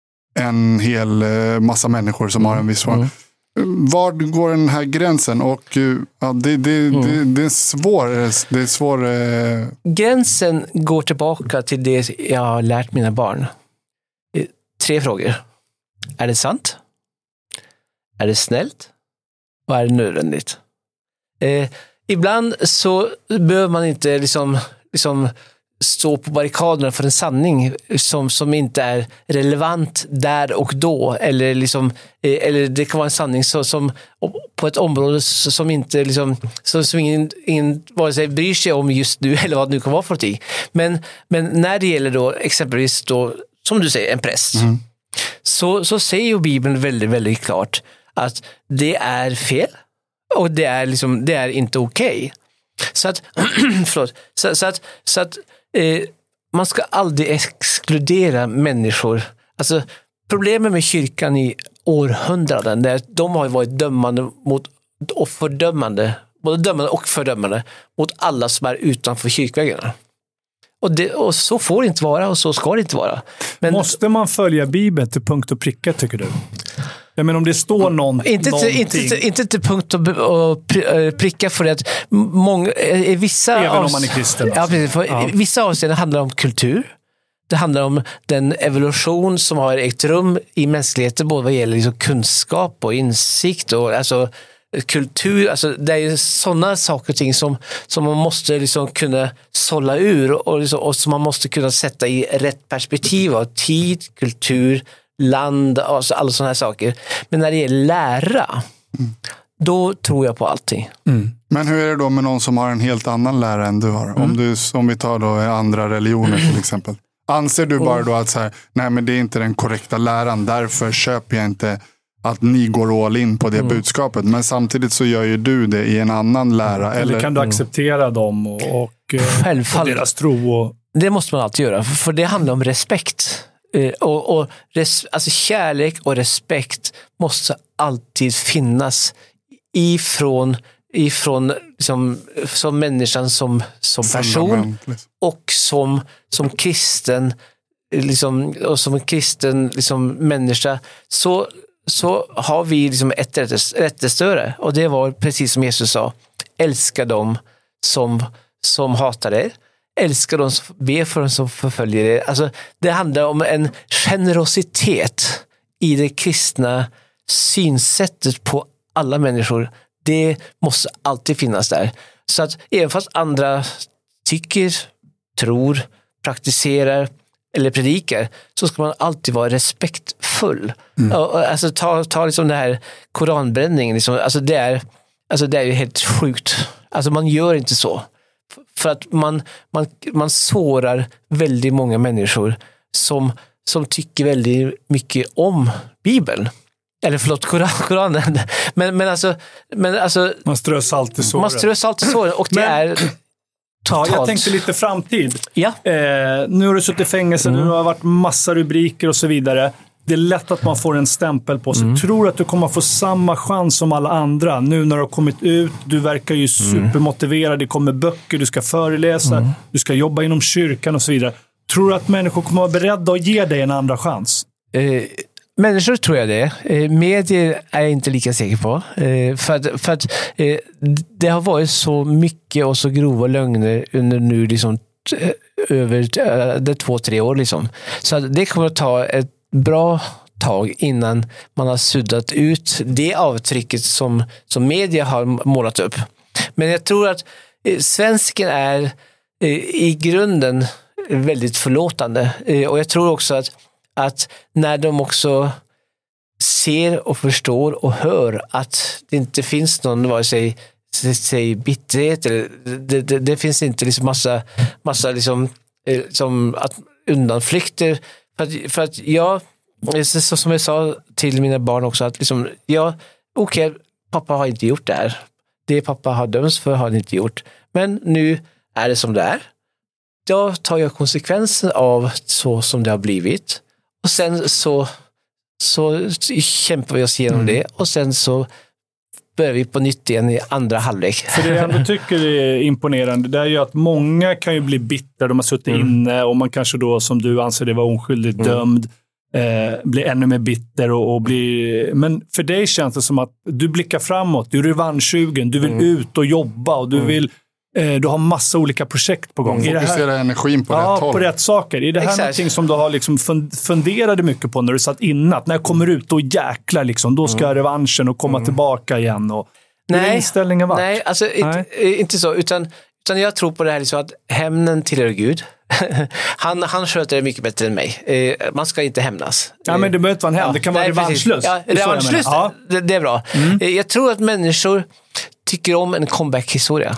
en hel massa människor som mm. har en viss form? Mm. Var går den här gränsen? Och ja, det, det, mm. det, det är svår. Det är svår eh... Gränsen går tillbaka till det jag har lärt mina barn. Tre frågor. Är det sant? Är det snällt? Och är det nödvändigt? Eh, ibland så behöver man inte liksom... liksom stå på barrikaderna för en sanning som, som inte är relevant där och då, eller liksom eller det kan vara en sanning så, som på ett område som inte liksom, som, som ingen, ingen vare sig bryr sig om just nu eller vad det nu kan vara för någonting. Men, men när det gäller då exempelvis då, som du säger, en präst mm. så, så säger ju Bibeln väldigt, väldigt klart att det är fel och det är liksom, det är inte okej. Okay. Så att förlåt, så, så att så att Eh, man ska aldrig exkludera människor. Alltså, problemet med kyrkan i århundraden är att de har varit dömande mot, och fördömande, både dömande och fördömande mot alla som är utanför kyrkväggarna. Och, det, och så får det inte vara och så ska det inte vara. Men, måste man följa Bibeln till punkt och pricka, tycker du? Ja, men om det står någon, inte, någonting... Inte, inte, inte till punkt och, och pricka för att många, vissa även av, om man är kristen. Ja, precis, för ja. Vissa avseenden handlar om kultur. Det handlar om den evolution som har ägt rum i mänskligheten, både vad gäller liksom kunskap och insikt och alltså kultur. Alltså det är ju sådana saker och ting som, som man måste liksom kunna sålla ur och, liksom, och som man måste kunna sätta i rätt perspektiv av tid, kultur, land, alltså alla sådana här saker. Men när det gäller lära, mm. då tror jag på allting. Mm. Men hur är det då med någon som har en helt annan lära än du har? Mm. Om, du, om vi tar då andra religioner till exempel. Anser du bara då att så här, nej men det är inte den korrekta läran, därför köper jag inte att ni går all in på det mm. budskapet. Men samtidigt så gör ju du det i en annan lära. Eller, eller kan du acceptera mm. dem och, och, och deras tro? Och... Det måste man alltid göra, för det handlar om respekt. Och, och res, alltså kärlek och respekt måste alltid finnas ifrån, ifrån liksom, som människan som, som person och som, som kristen liksom, och som kristen liksom, människa så, så har vi liksom ett rättestöre, och det var precis som Jesus sa: älska dem som, som hatar er, älska dem som ber för dem som förföljer er. Alltså, det handlar om en generositet i det kristna synsättet på alla människor. Det måste alltid finnas där. Så att även fast andra tycker, tror, praktiserar eller predikar, så ska man alltid vara respektfull. Mm. Alltså ta, ta liksom det här koranbränningen. Liksom, alltså det är, alltså det är ju helt sjukt. Alltså man gör inte så. För att man, man, man sårar väldigt många människor som, som tycker väldigt mycket om Bibeln. Eller förlåt, Koranen. Men, men, alltså, men alltså... Man strör salt i såren. Man strör salt i såren, och det men, är totalt... Ja, jag tänkte lite framtid. Ja. Eh, nu har du suttit i fängelse, mm. nu har det varit massa rubriker och så vidare. Det är lätt att man får en stämpel på sig. Mm. Tror att du kommer få samma chans som alla andra nu när du har kommit ut? Du verkar ju supermotiverad. Det kommer böcker, du ska föreläsa, mm. du ska jobba inom kyrkan och så vidare. Tror du att människor kommer vara beredda att ge dig en andra chans? Eh, människor tror jag det. Eh, medier är jag inte lika säker på. Eh, för att, för att eh, det har varit så mycket och så grova lögner under nu liksom t- över äh, det två, tre år liksom. Så att det kommer att ta ett bra tag innan man har suddat ut det avtrycket som, som media har målat upp. Men jag tror att eh, svensken är eh, i grunden väldigt förlåtande. Eh, och jag tror också att, att när de också ser och förstår och hör att det inte finns någon vare sig, sig bitterhet eller det, det, det finns inte liksom massa, massa liksom, eh, som att undanflykter. För att, för att jag, så som jag sa till mina barn också, att liksom, ja, okej, okay, pappa har inte gjort det här. Det pappa har dömts för har han inte gjort. Men nu är det som det är. Då tar jag konsekvensen av så som det har blivit. Och sen så, så kämpar vi oss igenom mm. det. Och sen så börjar vi på nytt igen i andra halvlek. För det jag ändå tycker är imponerande, det är ju att många kan ju bli bitter. De har suttit mm. inne och man kanske då, som du anser det var oskyldigt mm. dömd, eh, blir ännu mer bitter och, och blir... Men för dig känns det som att du blickar framåt, du är revanschsugen, du vill mm. ut och jobba och du mm. vill... Du har massa olika projekt på gång. Mm, fokusera energin på ja, rätt håll. på rätt saker. Är det här Exakt. Någonting som du har liksom funderade mycket på när du satt innan? Att när jag kommer ut och jäklar, liksom, då ska mm. jag revanschen och komma mm. tillbaka igen. Och, nej, inställningen var. Nej, alltså nej. Inte, inte så. Utan, utan jag tror på det här liksom att hämnden tillhör Gud. han, han sköter det mycket bättre än mig. Eh, man ska inte hämnas. Ja, men det behöver inte vara en hämnd. Ja, det kan vara revanschlöst. Ja, revanschlöst, ja. det, det är bra. Mm. Eh, jag tror att människor tycker om en comeback-historia.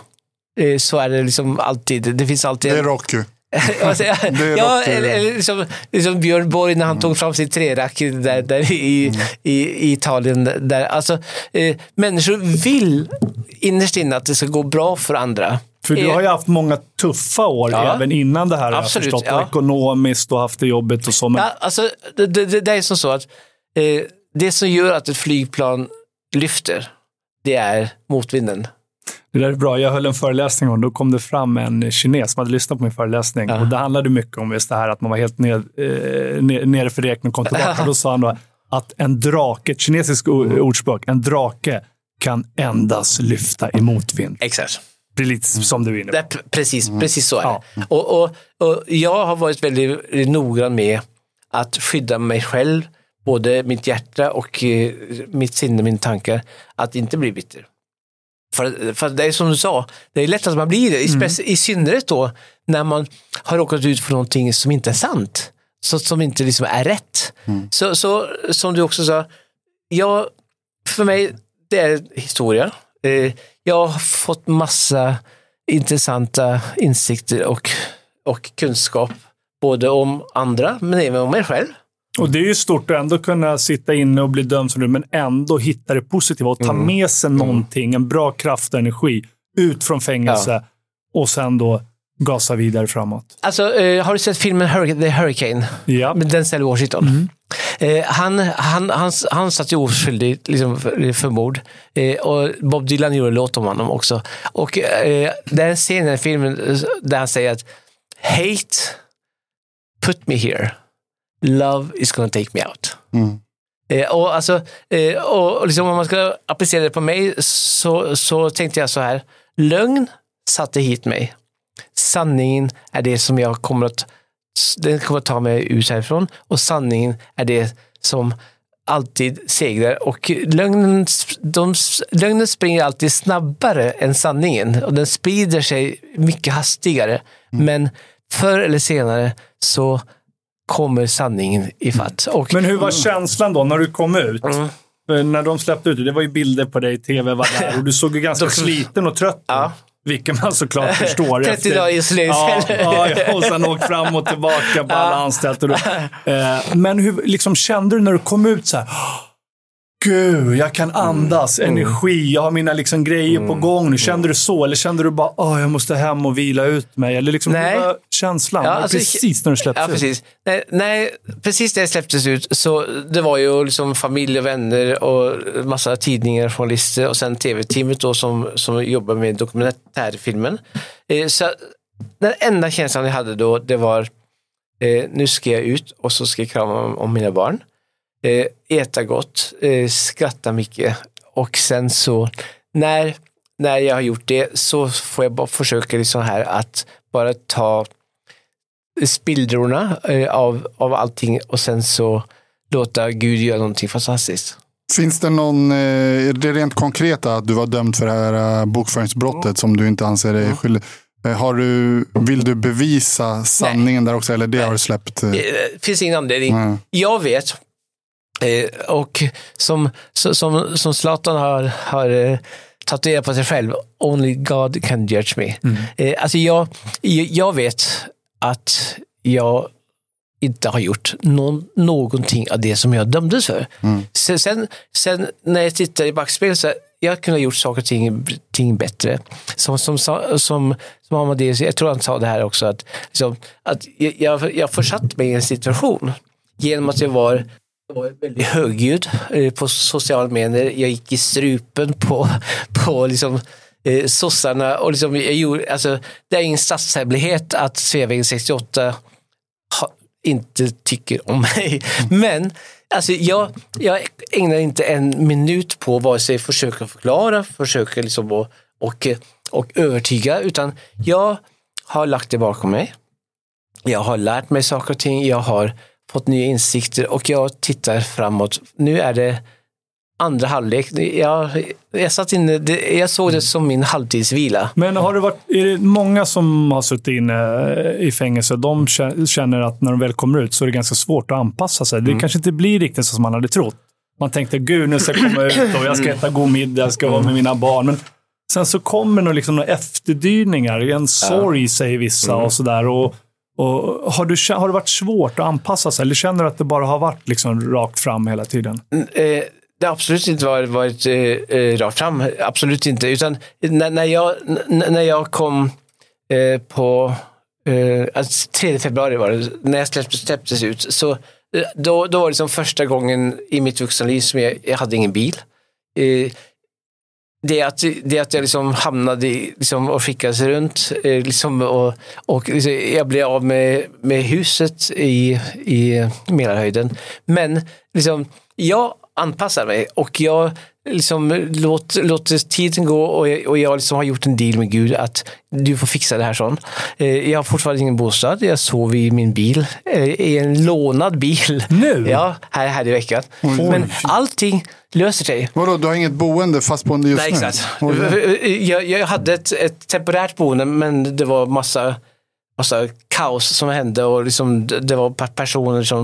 Så är det liksom alltid. Det finns alltid... Det är Rocky. alltså, ja, ja, eller, eller liksom, liksom Björn Borg när han mm. tog fram sin trerack där, där i, mm. i, i Italien. Där, alltså, eh, människor vill innerst inne att det ska gå bra för andra. För du har ju haft många tuffa år ja, även innan det här. Absolut, jag förstått, ja. Ekonomiskt och haft det jobbet och så. Men... Ja, alltså, det, det, det är som så att eh, det som gör att ett flygplan lyfter, det är motvinden. Det där är bra. Jag höll en föreläsning och då kom det fram en kines som hade lyssnat på min föreläsning. Ja. Och det handlade mycket om just det här att man var helt ned, eh, nere för räkning och kom tillbaka. Ja. Då sa han då att en drake, ett kinesiskt ordspråk, en drake kan endast lyfta i motvind. Exakt. Det är lite som du är inne på. Det är precis, precis så är det. Ja. Och, och, och jag har varit väldigt noggrann med att skydda mig själv, både mitt hjärta och eh, mitt sinne, mina tankar, att inte bli bitter. För, för det är som du sa, det är lätt att man blir det, mm. i synnerhet då när man har råkat ut för någonting som inte är sant, så, som inte liksom är rätt. Mm. Så, så som du också sa, jag, för mig, det är historia. Eh, jag har fått massa intressanta insikter och, och kunskap både om andra men även om mig själv. Och det är ju stort att ändå kunna sitta inne och bli dömd som du, men ändå hitta det positiva och ta mm. med sig någonting, en bra kraft och energi ut från fängelse ja. och sen då gasa vidare framåt. Alltså, eh, har du sett filmen Hur- The Hurricane? Ja. Med Denzel Washington. Mm. Eh, han, han, han, han satt ju oskyldig liksom, för, för mord. Eh, och Bob Dylan gjorde en låt om honom också. Och eh, det är en scen i den filmen där han säger att hate put me here. Love is gonna take me out. Mm. Eh, och alltså, eh, och, och liksom, om man ska applicera det på mig så, så tänkte jag så här. Lögn satte hit mig. Sanningen är det som jag kommer att den kommer att ta mig ut härifrån, och sanningen är det som alltid segrar, och lögnen, de, lögnen springer alltid snabbare än sanningen och den sprider sig mycket hastigare, mm. men förr eller senare så kommer sanningen i fatt. Och, men hur var känslan då när du kom ut? Mm. För när de släppte ut, det var ju bilder på dig, tv var där, och du såg ju ganska sliten och trött. Ja. Vilket man såklart förstår. trettio dagar i ja, ja, ja, och sen åkt fram och tillbaka på alla anstalter. Eh, men hur liksom, kände du när du kom ut så här, gud, jag kan andas, mm. energi, jag har mina liksom, grejer mm. på gång nu. Kände du så? Eller kände du bara, åh, jag måste hem och vila ut mig? Eller liksom, nej. Hur var känslan? Ja, alltså, precis när du släpptes ja, precis. ut? Nej, nej, precis när jag släpptes ut så det var ju liksom familj och vänner och massa tidningar, journalister och sen tv-teamet då som, som jobbar med dokumentärfilmen. Eh, så den enda känslan jag hade då, det var eh, nu ska jag ut och så ska jag krama om, om mina barn. Eh, äta gott, eh, skratta mycket, och sen så när, när jag har gjort det så får jag bara försöka liksom här att bara ta spillrorna eh, av, av allting och sen så låta Gud göra någonting fantastiskt. Finns det någon, är det rent konkret att du var dömd för det här bokföringsbrottet mm. som du inte anser dig skyldig? Har du, vill du bevisa sanningen Nej. där också, eller det Nej. har du släppt? Det finns ingen anledning. Mm. Jag vet. Eh, och som, som, som Zlatan har, har eh, tatuerat på sig själv, only God can judge me. Mm. Eh, alltså jag, jag vet att jag inte har gjort någon, någonting av det som jag dömdes för. Mm. Sen, sen, sen när jag tittar i backspel så jag kunde ha gjort saker och ting, ting bättre. Som, som, som, som Amadeus, jag tror han sa det här också, att, liksom, att jag, jag försatt mig i en situation genom att jag var Jag var väldigt högljudd eh, på sociala medier. Jag gick i strupen på, på liksom, eh, sossarna. Och liksom, jag gjorde, alltså, det är ingen statshemlighet att Sveavägen sextioåtta ha, inte tycker om mig. Men alltså, jag, jag ägnar inte en minut på vare sig försöka förklara, försöka liksom, och, och, och övertyga. Utan jag har lagt det bakom mig. Jag har lärt mig saker och ting. Jag har fått nya insikter och jag tittar framåt. Nu är det andra halvlek. Jag, jag, satt inne, det, jag såg det som min halvtidsvila. Men har det varit, är det många som har suttit inne i fängelse, de känner att när de väl kommer ut så är det ganska svårt att anpassa sig. Det mm. kanske inte blir riktigt så som man hade trott. Man tänkte, gud, nu ska jag komma ut och jag ska äta god middag, jag ska vara med mina barn. Men sen så kommer det liksom några efterdyningar, en sorg, säger vissa, mm. och sådär. Och Och har, du, har det varit svårt att anpassa sig, eller känner du att det bara har varit liksom rakt fram hela tiden? Eh, det har absolut inte varit, varit eh, rakt fram, absolut inte. Utan när, när, jag, n- när jag kom eh, på eh, alltså tredje februari var det, när jag släpptes, släpptes ut, så eh, då, då var det som första gången i mitt vuxenliv som jag, jag hade ingen bil. Eh, Det att, det att jag liksom hamnade i, liksom, och skickades runt eh, liksom, och, och liksom, jag blev av med, med huset i, i Mälarhöjden. Men liksom, jag anpassar mig och jag liksom, låter låt tiden gå och jag, och jag liksom har gjort en deal med Gud att du får fixa det här sånt. Eh, jag har fortfarande ingen bostad. Jag sov i min bil, eh, i en lånad bil. Nu? Ja, här, här i veckan. Oj. Men allting löser sig. Vadå, du har inget boende fast boende just Nej, nu? exakt. Jag, jag hade ett, ett temporärt boende, men det var massa, massa kaos som hände och liksom, det var personer som,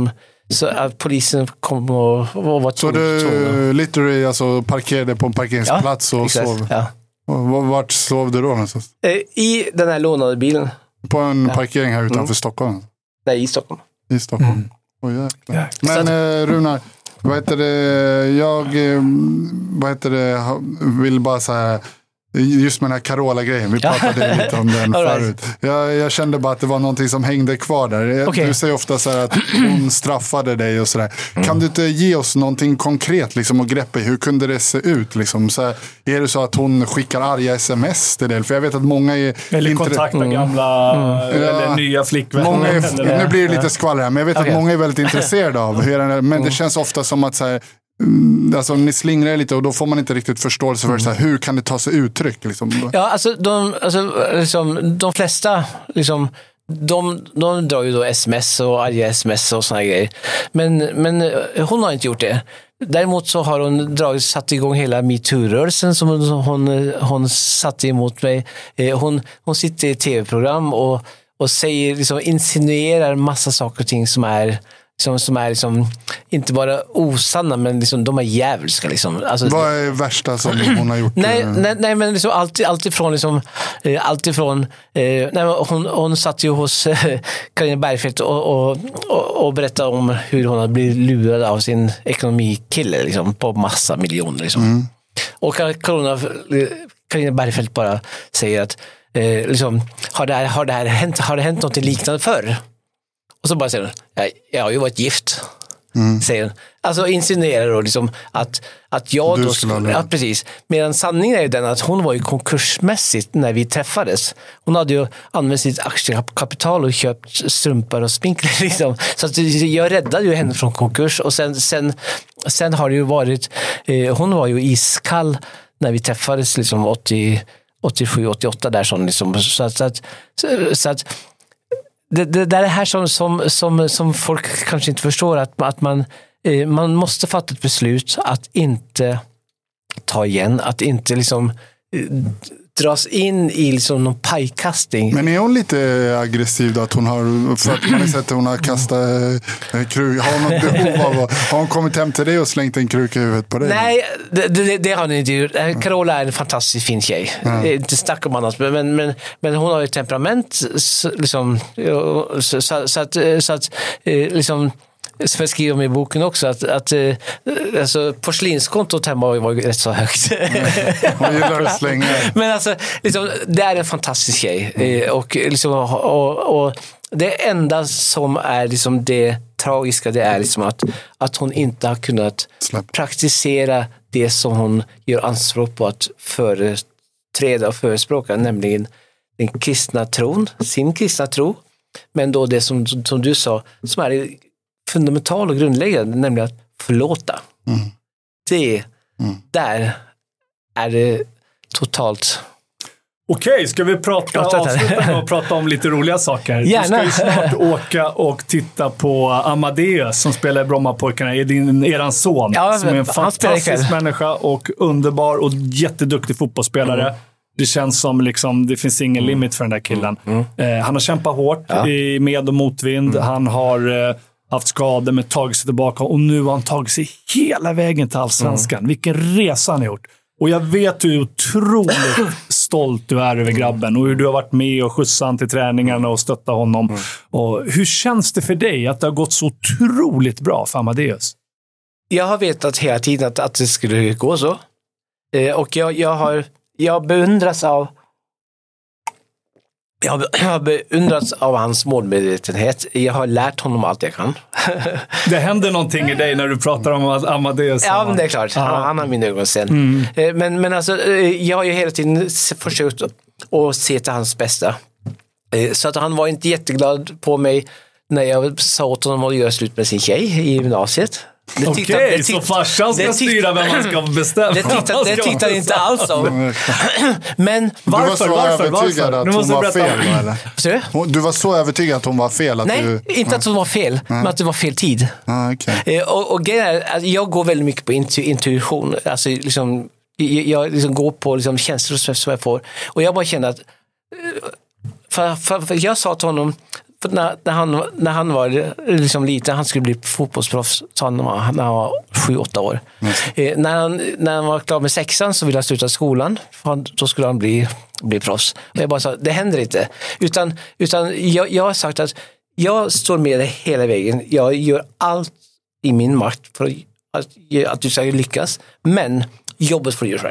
så att polisen kom och, och var Så du literally alltså parkerade på en parkeringsplats ja, och exakt, sov? Ja. Och vart sov du då någonstans? I den här lånade bilen. På en ja. parkering här utanför mm. Stockholm? Nej, i Stockholm. I Stockholm. Mm. Oh, jäklar. Men att, eh, Runar, vad heter det? Jag eh, vad heter det? vill bara säga just med den här Carola-grejen. Vi pratade lite om den förut. Jag, jag kände bara att det var någonting som hängde kvar där. Okay. Du säger ofta så här att hon straffade dig och sådär. Mm. Kan du inte ge oss någonting konkret liksom, och grepp i? Hur kunde det se ut? Liksom? Så här, är det så att hon skickar arga sms till dig? För jag vet att många är... Eller inte... kontaktar gamla mm. eller ja. nya flickvänner. Många är, nu blir det lite skvaller här, men jag vet okay. att många är väldigt intresserade av hur är det, men det känns ofta som att så här, alltså ni slingrar lite och då får man inte riktigt förståelse för mm. så här, hur kan det ta sig uttryck liksom? Ja, alltså de, alltså, liksom, de flesta liksom, de, de drar ju då sms och arga sms och såna grejer. Men, men hon har inte gjort det. Däremot så har hon dragit, satt igång hela MeToo-rörelsen som hon, hon, hon satte emot mig. Hon, hon sitter i tv-program och, och säger, liksom, insinuerar massa saker och ting som är Som, som är liksom, inte bara osanna, men liksom, de är jävliska. Liksom. Alltså, vad är det värsta som hon har gjort? Nej, nej, nej men liksom allt, allt ifrån, liksom, eh, allt ifrån eh, nej, hon, hon satt ju hos eh, Carina Bergfeldt och, och, och, och berättade om hur hon hade blivit lurad av sin ekonomikille liksom, på massa miljoner. Liksom. Mm. Och Carina, Carina Bergfeldt bara säger att eh, liksom, har, det här, har, det här hänt, har det hänt något liknande förr? Och så bara säger hon, jag, jag har ju varit gift. Mm. Säger hon. Alltså insinuerar då liksom att, att jag då skulle, ja, precis. Medan sanningen är ju den att hon var ju konkursmässigt när vi träffades. Hon hade ju använt sitt aktiekapital och köpt strumpor och sminkler liksom. Så att jag räddade ju henne från konkurs och sen, sen, sen har det ju varit, eh, hon var ju iskall när vi träffades liksom åttio, åttiosju åttioåtta där sån liksom. Så att, så att, så att Det, det, det är det här som, som, som, som folk kanske inte förstår, att, att man, eh, man måste fatta ett beslut att inte ta igen, att inte liksom eh, dras in i liksom någon pajkasting. Men är hon lite aggressiv då? Att hon har, för att man har sett att hon har kastat eh, kruk. Har hon något behov av att, har hon kommit hem till dig och slängt en kruka i huvudet på dig? Nej, det, det, det har hon inte gjort. Carola är en fantastiskt fin tjej. Mm. Inte snack om annat, men, men, men hon har ju temperament liksom, så, så, så att, så att liksom, som jag skriver om i boken också, att, att alltså, porslinskontot hemma var ju rätt så högt. Hon gillar att slänga. Men alltså, liksom, det är en fantastisk tjej. Mm. Och, liksom, och, och det enda som är liksom, det tragiska, det är liksom att, att hon inte har kunnat Släpp. praktisera det som hon gör anspråk på att företräda och förespråka, nämligen den kristna tron, sin kristna tro. Men då det som, som du sa, som är fundamental och grundläggande, nämligen att förlåta. Mm. Det, mm. där är det totalt. Okej, ska vi prata, avsluta med att prata om lite roliga saker? Gärna. Du ska ju snart åka och titta på Amadeus som spelar i Brommapojkarna, är din, eran son, ja, som är en fantastisk människa och underbar och jätteduktig fotbollsspelare. Mm. Det känns som liksom, det finns ingen mm. limit för den där killen. Mm. Eh, han har kämpat hårt ja. i med- och motvind. Mm. Han har eh, haft skador med tagit sig tillbaka och nu har han tagit sig hela vägen till Allsvenskan. Mm. Vilken resa han har gjort. Och jag vet hur otroligt stolt du är över grabben och hur du har varit med och skjutsat han till träningarna och stöttat honom. Mm. Och hur känns det för dig att det har gått så otroligt bra för Amadeus? Jag har vetat hela tiden att, att det skulle gå så. Eh, och jag, jag har jag beundras av jag har beundrats av hans målmedvetenhet. Jag har lärt honom allt jag kan. Det händer någonting i dig när du pratar om Amadeus. Ja, men det är klart. Han, han har mina ögon sen. Mm. Men, men alltså, jag har ju hela tiden försökt att se till hans bästa. Så att han var inte jätteglad på mig när jag sa åt honom att göra slut med sin tjej i gymnasiet. Okej, okay, så farsan ska styra vem man ska bestämma. Det tittar, det tittar inte alls om. Men varför? Du var så varför, övertygad varför? att hon var fel, eller? Du var så övertygad att hon var fel? Att Nej, du... inte att hon var fel, mm. men att det var fel tid. Ah, okay. Och, och är, jag går väldigt mycket på intu, intuition. Alltså, liksom, jag, jag liksom går på liksom, känslor som jag får. Och jag bara känner att... För, för, för jag sa till honom... för när, när, han, när han var liksom liten, han skulle bli fotbollsproffs så han var, när han var sju, åtta år. Mm. Eh, när, han, när han var klar med sexan så ville han sluta skolan. För han, då skulle han bli, bli proffs. Och jag bara sa, det händer inte. Utan, utan jag, jag har sagt att jag står med dig hela vägen. Jag gör allt i min makt för att, att du ska lyckas. Men jobbet får du göra själv.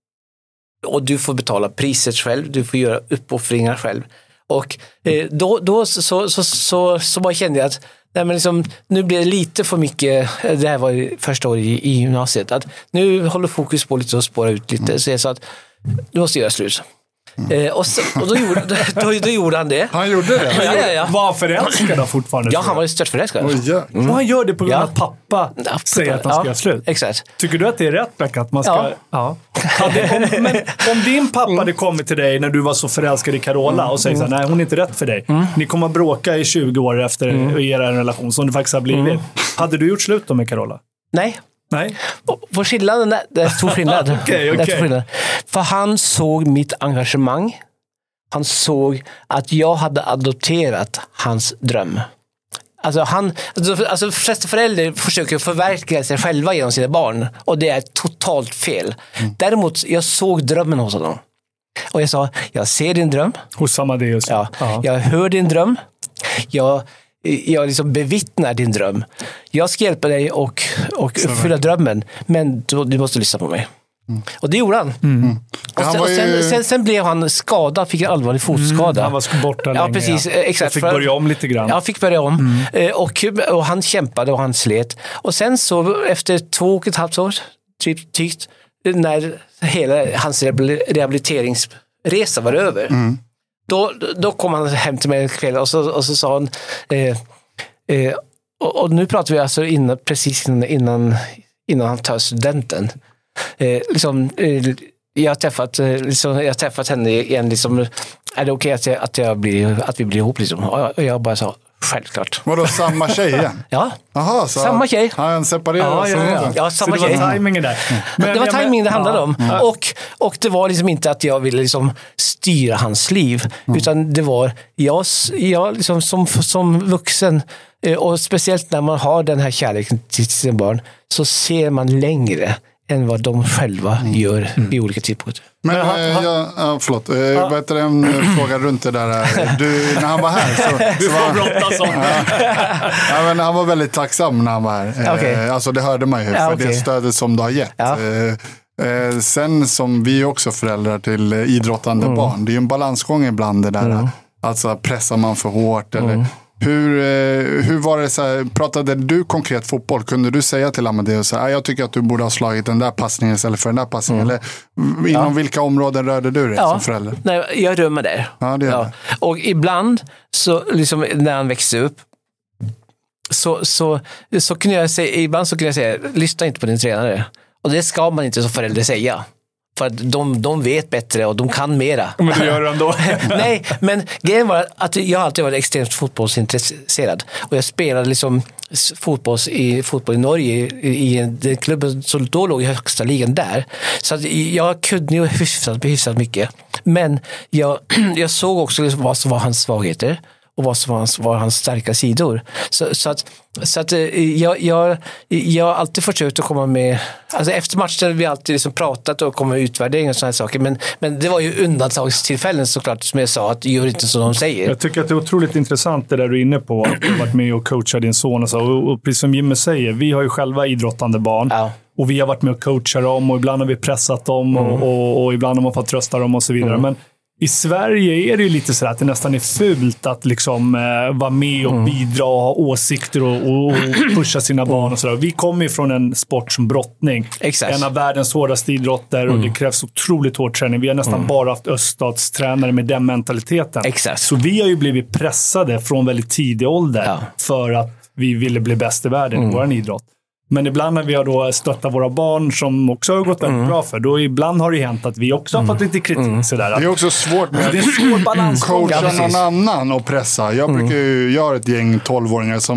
Och du får betala priset själv. Du får göra uppoffringar själv. Och eh, då, då så, så, så, så, så bara kände jag att nej, men liksom, nu blir det lite för mycket, det här var ju första året i, i gymnasiet, att nu håller fokus på lite och spåra ut lite. Mm. Så jag sa att nu måste jag göra slut. Mm. Eh, och, så, och då, gjorde, då, då, då gjorde han det. Han gjorde det? Ja, ja, ja. Var förälskad då fortfarande? Ja, han var stört förälskad. Oh, yeah. mm. Och han gör det på grund av ja. att pappa ja, säger att han ska ja, göra slut. Exakt. Tycker du att det är rätt, Becka? Att man ska... Ja. Ja. Ja, det, om, men om din pappa mm. hade kommit till dig när du var så förälskad i Carola mm. och säger så här, nej hon är inte rätt för dig. Mm. Ni kommer att bråka i tjugo år efter mm. era relation som det faktiskt har blivit. Mm. Hade du gjort slut då med Carola? Nej. Nej. För skillnaden, det är stor skillnad. okay, okay. Det är stor skillnad. För han såg mitt engagemang. Han såg att jag hade adopterat hans dröm. Alltså, han, alltså, alltså flesta föräldrar försöker förverkliga sig själva genom sina barn. Och det är totalt fel. Mm. Däremot, jag såg drömmen hos honom. Och jag sa, jag ser din dröm. Hos Amadeus. Ja, jag hör din dröm. Jag, jag liksom bevittnar din dröm. Jag ska hjälpa dig och, och uppfylla drömmen. Men du, du måste lyssna på mig. Mm. Och det gjorde han. Mm. Och, sen, och sen, sen, sen blev han skadad, fick en allvarlig fotskada. Mm, han var borta länge. Ja, precis. Exakt. Han fick börja om lite grann. Ja, fick börja om. Mm. Och, och han kämpade och han slet. Och sen så efter två och ett halvt år, typ, tyckt, när hela hans rehabiliteringsresa var över, mm. då, då kom han hem till mig en kväll och så, och så sa han eh, eh, och, och nu pratar vi alltså innan, precis innan, innan han tar studenten. Eh, liksom, eh, jag har träffat eh, liksom, jag har träffat henne igen liksom, är det okej att, jag, att, jag blir, att vi blir ihop liksom? Och jag bara sa, självklart. Var det samma tjej igen? Ja, Aha, så samma tjej. Han separerade ja, ja, ja. ja, samma så det var tajmingen där. Men, det var tajmingen det handlade om. Ja. Och, och det var liksom inte att jag ville liksom styra hans liv. Mm. Utan det var jag, jag liksom som, som vuxen, och speciellt när man har den här kärleken till sina barn, så ser man längre än vad de själva mm. gör mm. i olika tidpunkter. Men äh, jag, ja, förlåt, äh, ja. Vad heter det, en fråga runt det där. Du, när han var här så... Du får brotta sånt. Ja, ja, men han var väldigt tacksam när han var här. Okay. Äh, alltså det hörde man ju ja, för okay. det stödet som du har gett. Ja. Äh, sen som vi är också föräldrar till idrottande mm. barn. Det är ju en balansgång ibland det där. Mm. Alltså pressar man för hårt eller... Mm. Hur, hur var det så här, pratade du konkret fotboll? Kunde du säga till Amadeus så här, jag tycker att du borde ha slagit den där passningen istället för den där passningen? Mm. Eller inom ja. vilka områden rörde du dig ja. som förälder? Nej, jag rör mig där. Ja, det är ja. det. Och ibland så liksom, när han växte upp så, så, så kunde jag säga, ibland så kunde jag säga, lyssna inte på din tränare. Och det ska man inte som förälder säga. För att de, de vet bättre och de kan mera. Men det gör de då. Nej, men grejen var att jag alltid varit extremt fotbollsintresserad. Och jag spelade liksom fotbolls i, fotboll i Norge i, i den klubben som då låg i högsta ligan där. Så att jag kunde ju hyfsat, hyfsat mycket. Men jag, jag såg också liksom vad som var hans svagheter. Och vad som var hans, var hans starka sidor. Så, så att, så att jag, jag, jag har alltid försökt att komma med... Alltså efter matchen har vi alltid liksom pratat och kommit med utvärdering och sådana saker. Men, men det var ju undantagstillfällen såklart som jag sa, att gör inte som de säger. Jag tycker att det är otroligt intressant det där du är inne på. Att du har varit med och coachat din son och så. Och, och precis som Jimmy säger, vi har ju själva idrottande barn. Ja. Och vi har varit med och coachat dem och ibland har vi pressat dem och, mm. och, och ibland har man fått trösta dem och så vidare. Mm. Men i Sverige är det ju lite så att det nästan är fult att liksom eh, vara med och mm. bidra och ha åsikter och, och, och pusha sina barn och sådär. Vi kommer ju från en sport som brottning. Exakt. En av världens hårdaste idrotter mm. och det krävs otroligt hård träning. Vi har nästan mm. bara haft öststatstränare med den mentaliteten. Exakt. Så vi har ju blivit pressade från väldigt tidig ålder ja. för att vi ville bli bäst i världen mm. i vår idrott. Men ibland när vi har då stöttat våra barn som också har gått väldigt mm. bra för, då ibland har det hänt att vi också har fått lite kritik. Mm. Sådär. Det är också svårt med det är en svår balans. Coacha någon annan och pressa. Jag brukar ju, jag har ett gäng tolvåringar som, ja.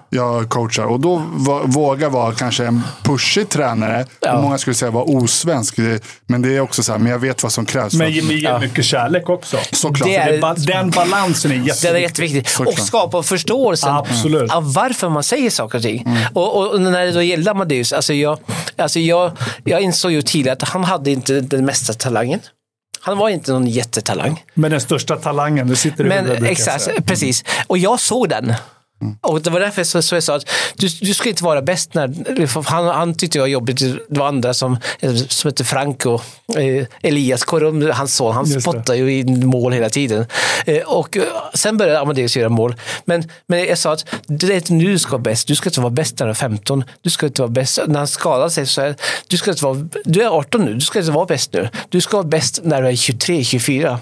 jag coachar. Och då va, vågar vara kanske en pushig tränare. Ja. Många skulle säga vara osvensk. Men det är också så här, men jag vet vad som krävs. Men ge ja. mycket kärlek också. Såklart. Det är, den balansen är jätteviktig. Den är jätteviktig. Såklart. Och skapa förståelsen Absolut. av varför man säger saker och ting. Mm. Och, och när det då gäller Amadeus, alltså jag, alltså jag, jag insåg ju tidigare att han hade inte den mesta talangen. Han var inte någon jättetalang. Men den största talangen, det sitter i Men exakt, mm. precis. Och jag såg den. Mm. Och det var därför så, så jag sa att du, du ska inte vara bäst när han, han tyckte jag var jobbigt. Det var andra som, som heter Franco eh, Elias Korum, hans son, han spottar ju i mål hela tiden. Eh, och sen började Amadeus göra mål. Men, men jag sa att det är inte nu du ska vara bäst. Du ska inte vara bäst när du är femton. Du ska inte vara bäst när han skadade sig. Så är, du, ska inte vara, du är arton nu. Du ska inte vara bäst nu. Du ska vara bäst när du är tjugotre tjugofyra.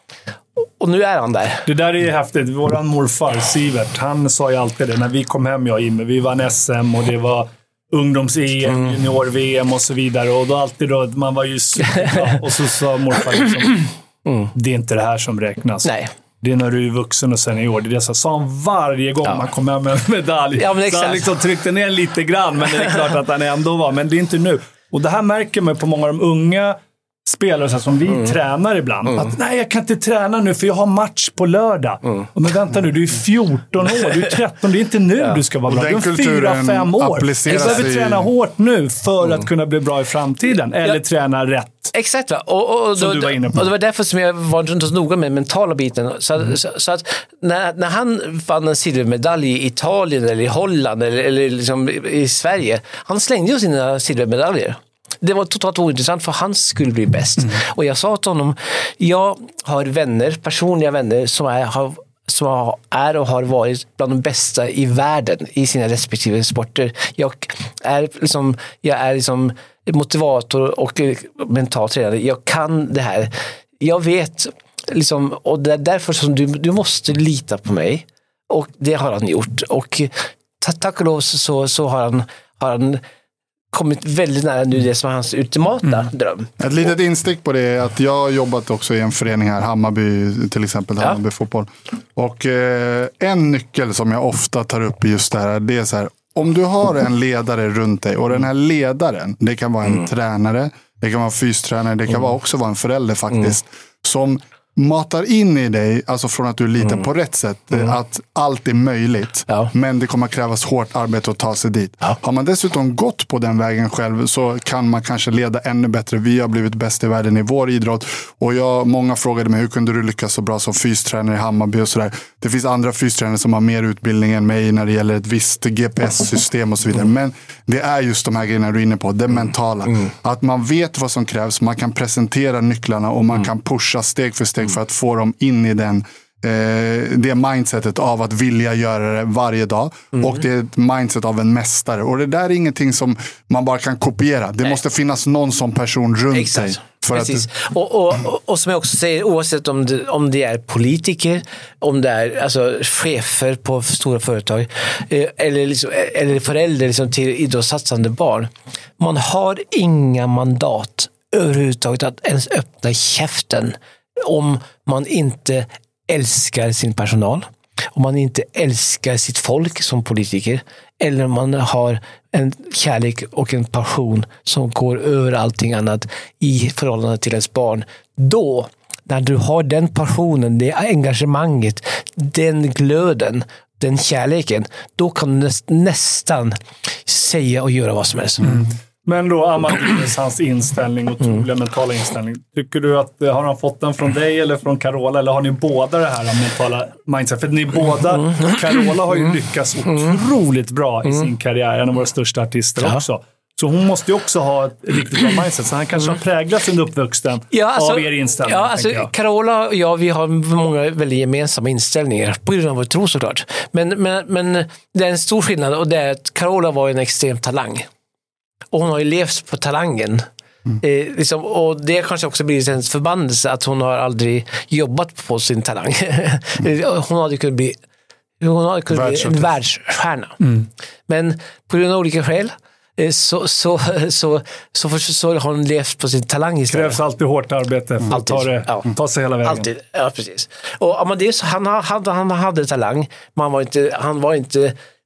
Och nu är han där. Det där är häftigt. Våran morfar, Sivert, han sa ju alltid det. När vi kom hem, jag och Jimmy, vi vann S M och det var ungdoms-E M, mm. junior-V M och så vidare. Och då alltid då, man var ju super. Och så sa morfar liksom, mm. det är inte det här som räknas. Nej. Det är när du är vuxen och senior. Det är det så sa han varje gång ja. man kom hem med en medalj. Ja, men så han liksom tryckte ner lite grann, men det är klart att han ändå var. Men det är inte nu. Och det här märker man på många av de unga spelare så som vi mm. tränar ibland. Mm. Att nej, jag kan inte träna nu för jag har match på lördag. Mm. Och men vänta nu, du är fjorton år, du är tretton, det är inte nu ja. du ska vara bra. Du är fyra fem år. Du behöver i... träna hårt nu för mm. att kunna bli bra i framtiden. Eller ja. träna rätt. Exakt, va? Och, och, som då, du var inne på. Och det var därför som jag var inte så noga med mentala biten. Så, mm. så, så att när, när han vann en silvermedalj i Italien eller i Holland eller, eller liksom i Sverige, han slängde ju sina silvermedaljer. Det var totalt ointressant för han skulle bli bäst. Mm. Och jag sa till honom, jag har vänner, personliga vänner som är, har, som är och har varit bland de bästa i världen i sina respektive sporter. Jag är liksom, jag är liksom motivator och mental tränare. Jag kan det här. Jag vet liksom, och det är därför som du, du måste lita på mig. Och det har han gjort. Och tack och lov så, så har han, har han kommit väldigt nära nu det som är hans ultimata mm. dröm. Ett litet instick på det är att jag har jobbat också i en förening här, Hammarby till exempel, ja. Hammarby fotboll. Och eh, en nyckel som jag ofta tar upp i just det här, det är så här, om du har en ledare runt dig och den här ledaren, det kan vara en mm. tränare, det kan vara en fystränare, det kan mm. vara också vara en förälder faktiskt, mm. som matar in i dig, alltså från att du litar mm. på rätt sätt, mm. att allt är möjligt, ja. men det kommer krävas hårt arbete att ta sig dit. Ja. Har man dessutom gått på den vägen själv så kan man kanske leda ännu bättre. Vi har blivit bäst i världen i vår idrott och jag, många frågade mig, hur kunde du lyckas så bra som fystränare i Hammarby och sådär. Det finns andra fystränare som har mer utbildning än mig när det gäller ett visst G P S-system och så vidare. Men det är just de här grejerna du är inne på, det mentala. Mm. Att man vet vad som krävs, man kan presentera nycklarna och man mm. kan pusha steg för steg för att få dem in i den, eh, det mindsetet av att vilja göra det varje dag. Mm. Och det är ett mindset av en mästare. Och det där är ingenting som man bara kan kopiera. Det Nej. måste finnas någon som person runt Exakt. dig. För Precis. Att... Och, och, och, och som jag också säger, oavsett om det, om det är politiker, om det är alltså, chefer på stora företag eh, eller, liksom, eller föräldrar liksom, till idrottssatsande barn. Man har inga mandat överhuvudtaget att ens öppna käften om man inte älskar sin personal, om man inte älskar sitt folk som politiker, eller om man har en kärlek och en passion som går över allting annat i förhållande till ens barn. Då, när du har den passionen, det engagemanget, den glöden, den kärleken, då kan du näst, nästan säga och göra vad som helst. Mm. Men då Amadeus, hans inställning och otroliga mm. mentala inställning. Tycker du att, har han fått den från dig eller från Carola? Eller har ni båda det här mentala mindset? För ni båda, mm. Carola har ju lyckats otroligt bra mm. i sin karriär. En av våra största artister ja. också. Så hon måste ju också ha ett riktigt bra mindset. Så han kanske har präglats under uppvuxen ja, alltså, av er inställning. Ja, alltså Carola och jag, vi har många väldigt gemensamma inställningar. På grund av vår tro såklart. Men, men, men det är en stor skillnad och det är att Carola var en extrem talang. Och hon har ju levt på talangen. Mm. Eh, liksom, och det kanske också blir en förbannelse att hon har aldrig jobbat på sin talang. Mm. hon hade kunnat bli, hon hade kunnat bli en världsstjärna. Mm. Men på grund av olika skäl eh, så, så, så, så, så, så har hon levt på sin talang istället. Det krävs alltid hårt arbete för att ta, det, ja. ta sig hela vägen. Alltid, ja precis. Och Amadeus, han, han, han hade talang. Man var inte, han var inte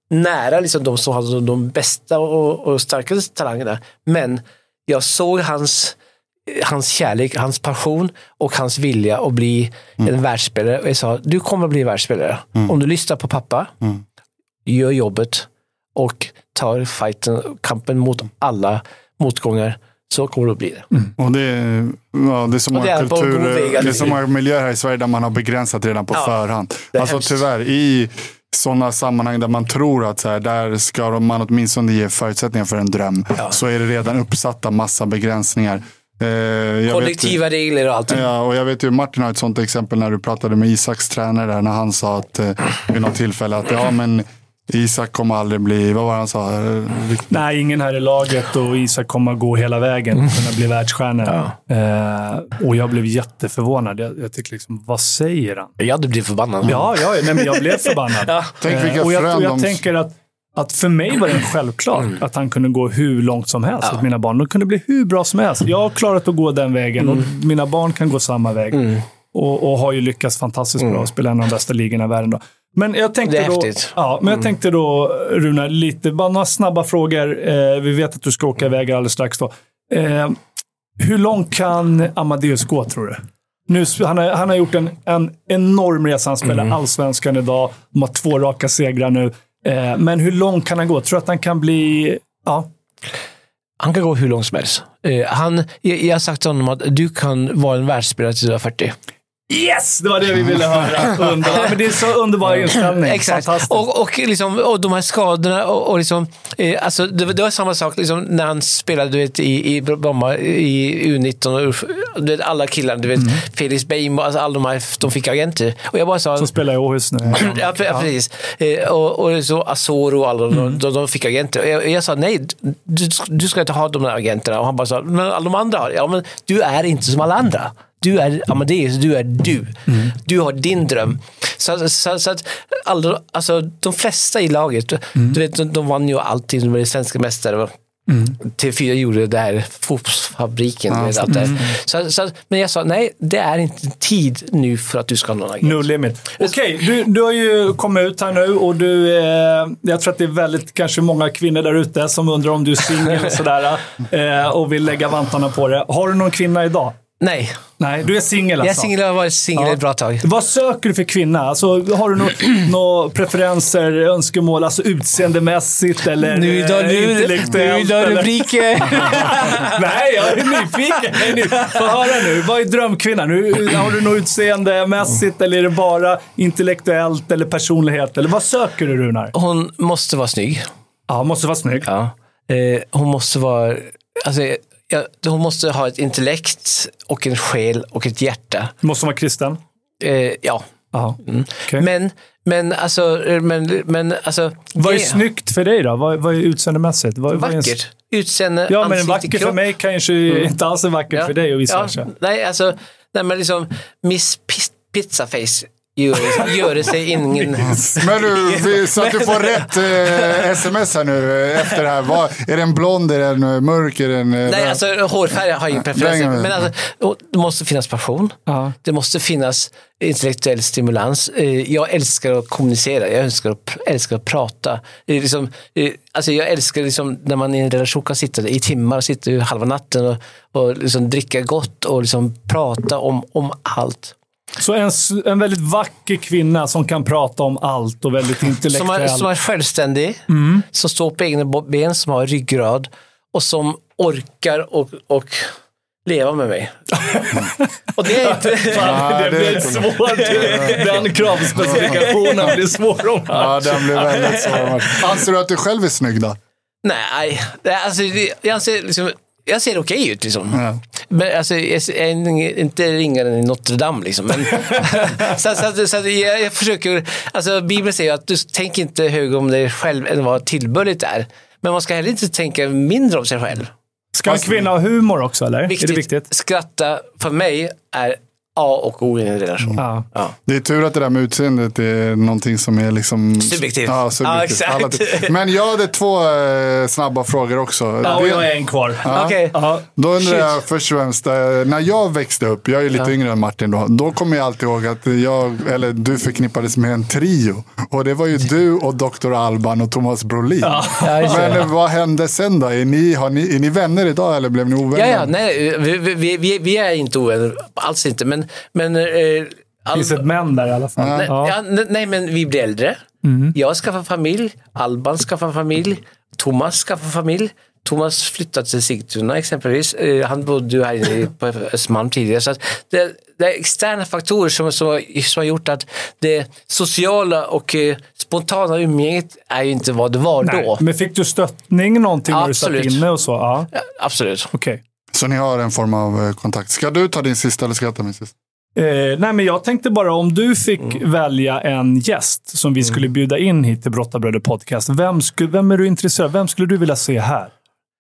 nära liksom de som hade de bästa och, och starkaste talangerna. Men jag såg hans, hans kärlek, hans passion och hans vilja att bli mm. en världsspelare. Och jag sa, du kommer att bli världsspelare. Mm. Om du lyssnar på pappa, mm. gör jobbet och tar fighten, kampen mot alla motgångar, så kommer det att bli det. Mm. Och det, ja, det är så många är kulturer, det är så många miljöer här i Sverige där man har begränsat redan på ja, förhand. Alltså hemskt. Tyvärr, i sådana sammanhang där man tror att så här, där ska man åtminstone ge förutsättningar för en dröm, ja. Så är det redan uppsatta massa begränsningar. Eh, Kollektiva vet, regler och allt. Ja, och jag vet ju, Martin har ett sånt exempel när du pratade med Isaks tränare där, när han sa att eh, vid något tillfälle att ja, men Isak kommer aldrig bli, vad var han sa? Riktigt. Nej, ingen här i laget och Isak kommer gå hela vägen och kunna bli världsstjärna. Ja. Eh, och jag blev jätteförvånad. Jag, jag tyckte liksom, vad säger han? Jag hade blivit förbannad. Ja, ja nej, men jag blev förbannad. ja. Tänk vilka eh, och jag, och jag de... tänker att, att för mig var det självklart mm. att han kunde gå hur långt som helst. Ja. Att mina barn de kunde bli hur bra som helst. Jag har klarat att gå den vägen mm. och mina barn kan gå samma väg. Mm. Och, och har ju lyckats fantastiskt bra att spela en av de bästa ligorna i världen då. Men jag tänkte då, ja, men jag tänkte då, Runa, lite, bara några snabba frågor. Eh, vi vet att du ska åka iväg alldeles strax då. Eh, hur långt kan Amadeus gå, tror du? Nu, han, har, han har gjort en, en enorm resa. Han spelar mm. allsvenskan idag. De har två raka segrar nu. Eh, men hur långt kan han gå? Tror du att han kan bli... Ja. Han kan gå hur långt som helst. Eh, han, jag, jag har sagt till honom att du kan vara en världsspelare till du är fyrtio. Yes, det var det vi ville höra. Underbar. Men det är så underbar inställning. Exakt. Och, och, liksom, och de här skadorna och, och liksom, eh, alltså, det, det var samma sak liksom, när han spelade du vet, i, i Bromma i U nitton och du vet, alla killar, du vet, mm. Felix Beim, alltså, alla de här, de fick agenter. Och jag bara sa... Som spelar i Åhus nu. ja, ja, precis. Eh, och, och så Azoro och alla, mm. de, de fick agenter. Och jag, jag sa, nej, du, du ska inte ha de där agenterna. Och han bara sa, men alla de andra har. Ja, men du är inte som alla andra. Du är Amadeus, du är du. Mm. Du har din dröm. Så, så, så att alla, alltså, de flesta i laget, mm. du vet, de, de vann ju allting. De var svenska mästare. Mm. T fyra gjorde det här fotbollsfabriken. Ja, vet, allt mm. där. Så, så, men jag sa, nej, det är inte tid nu för att du ska ha någon agent. No limit. Okej, okay, du, du har ju kommit ut här nu och du, eh, jag tror att det är väldigt, kanske många kvinnor där ute som undrar om du är singel och sådär eh, och vill lägga vantarna på det. Har du någon kvinna idag? Nej. Nej, du är singel alltså. Jag är singel och har varit singel ja. ett bra tag. Vad söker du för kvinna? Alltså, har du några nå preferenser, önskemål, alltså utseendemässigt eller nu idag, nu, intellektuellt? Nu idag rubriker. Nej, jag är nyfiken. Få höra nu, vad är drömkvinnan? Nu, har du något utseendemässigt eller är det bara intellektuellt eller personlighet? Eller vad söker du, Runar? Hon måste vara snygg. Ja, hon måste vara snygg. Ja. Eh, hon måste vara... Alltså, ja, hon måste ha ett intellekt och en själ och ett hjärta. Måste vara kristen? Eh, ja. Mm. Okay. Men, men alltså... Men, men, alltså vad är det... snyggt för dig då? Vad, vad är utseendemässigt? Vad, vackert. Vad är en... Utseende, ja, men vacker för mig kanske mm. inte alls är vackert ja. för dig och vice versa. Ja. Nej, alltså... Nej, men liksom... Miss Pizzaface... Gör, gör det sig ingen... Men du, så att du får rätt eh, sms här nu efter det här. Var, är det en blond, är det en mörk, är det en... Nej, där? Alltså hårfärg har ju preferenser. Men alltså, det måste finnas passion. Ja. Det måste finnas intellektuell stimulans. Jag älskar att kommunicera. Jag älskar att, älskar att prata. Liksom, alltså jag älskar liksom, när man i en relation kan sitta i timmar, sitta halva natten och, och liksom dricka gott och liksom prata om, om allt. Så en, en väldigt vacker kvinna som kan prata om allt och väldigt intellektuell. Som är, som är självständig, mm. som står på egna ben, som har ryggrad och som orkar och, och leva med mig. Och det är inte... Fan, det blir svårt. Den kravspecifikationen blir svår om. Ja, den blir väldigt svår. Anser du att du själv är snygg då? Nej, alltså, jag anser liksom... Jag ser okej okay ut liksom. Ja. Men alltså, jag är inte ringare än i Notre Dame liksom. Men, så så, så jag, jag försöker, alltså Bibeln säger att du tänker inte högre om dig själv än vad tillbörligt är. Men man ska heller inte tänka mindre om sig själv. Ska en kvinna ha humor också, eller? Viktigt. Är det viktigt? Skratta för mig är A och O i en relation. Ja. Ja. Det är tur att det där med utseendet är någonting som är liksom... Subjektivt. Ja, subjektivt. Ja, Alla exakt. Men jag hade två eh, snabba frågor också. Ja, och Det- jag är en kvar. Ja. Okej. Ja. Då undrar Shit. jag först och främst, eh, när jag växte upp, jag är lite Ja. yngre än Martin då, då kommer jag alltid ihåg att jag, eller du förknippades med en trio. Och det var ju du och doktor Alban och Thomas Brolin. Ja. Ja, just det. Men eh, vad hände sen då? Är ni, har ni, är ni vänner idag eller blev ni ovänner? Ja, ja, nej, vi, vi, vi, vi är inte ovänner, alls inte. Men, men eh, Det finns ett män där i alla fall. nej, Ja. ja, nej, nej, men vi blir äldre. Jag skaffar familj, Alban skaffar familj, Thomas skaffar familj. Thomas flyttade till Sigtuna exempelvis. Eh, Han bodde ju här inne på Östermalm tidigare. Så att det, det är externa faktorer som, som, som har gjort att det sociala och eh, spontana umgänget är ju inte vad det var Nej. då. Men fick du stöttning någonting när du Absolut. satt inne och så? Ja. Ja, absolut. Okej. Så ni har en form av eh, kontakt. Ska du ta din sista eller ska jag ta min sista? Eh, nej, men jag tänkte bara om du fick välja en gäst som vi skulle bjuda in hit till Brottarbröder podcast. Vem, skulle, vem är du intresserad av? Vem skulle du vilja se här?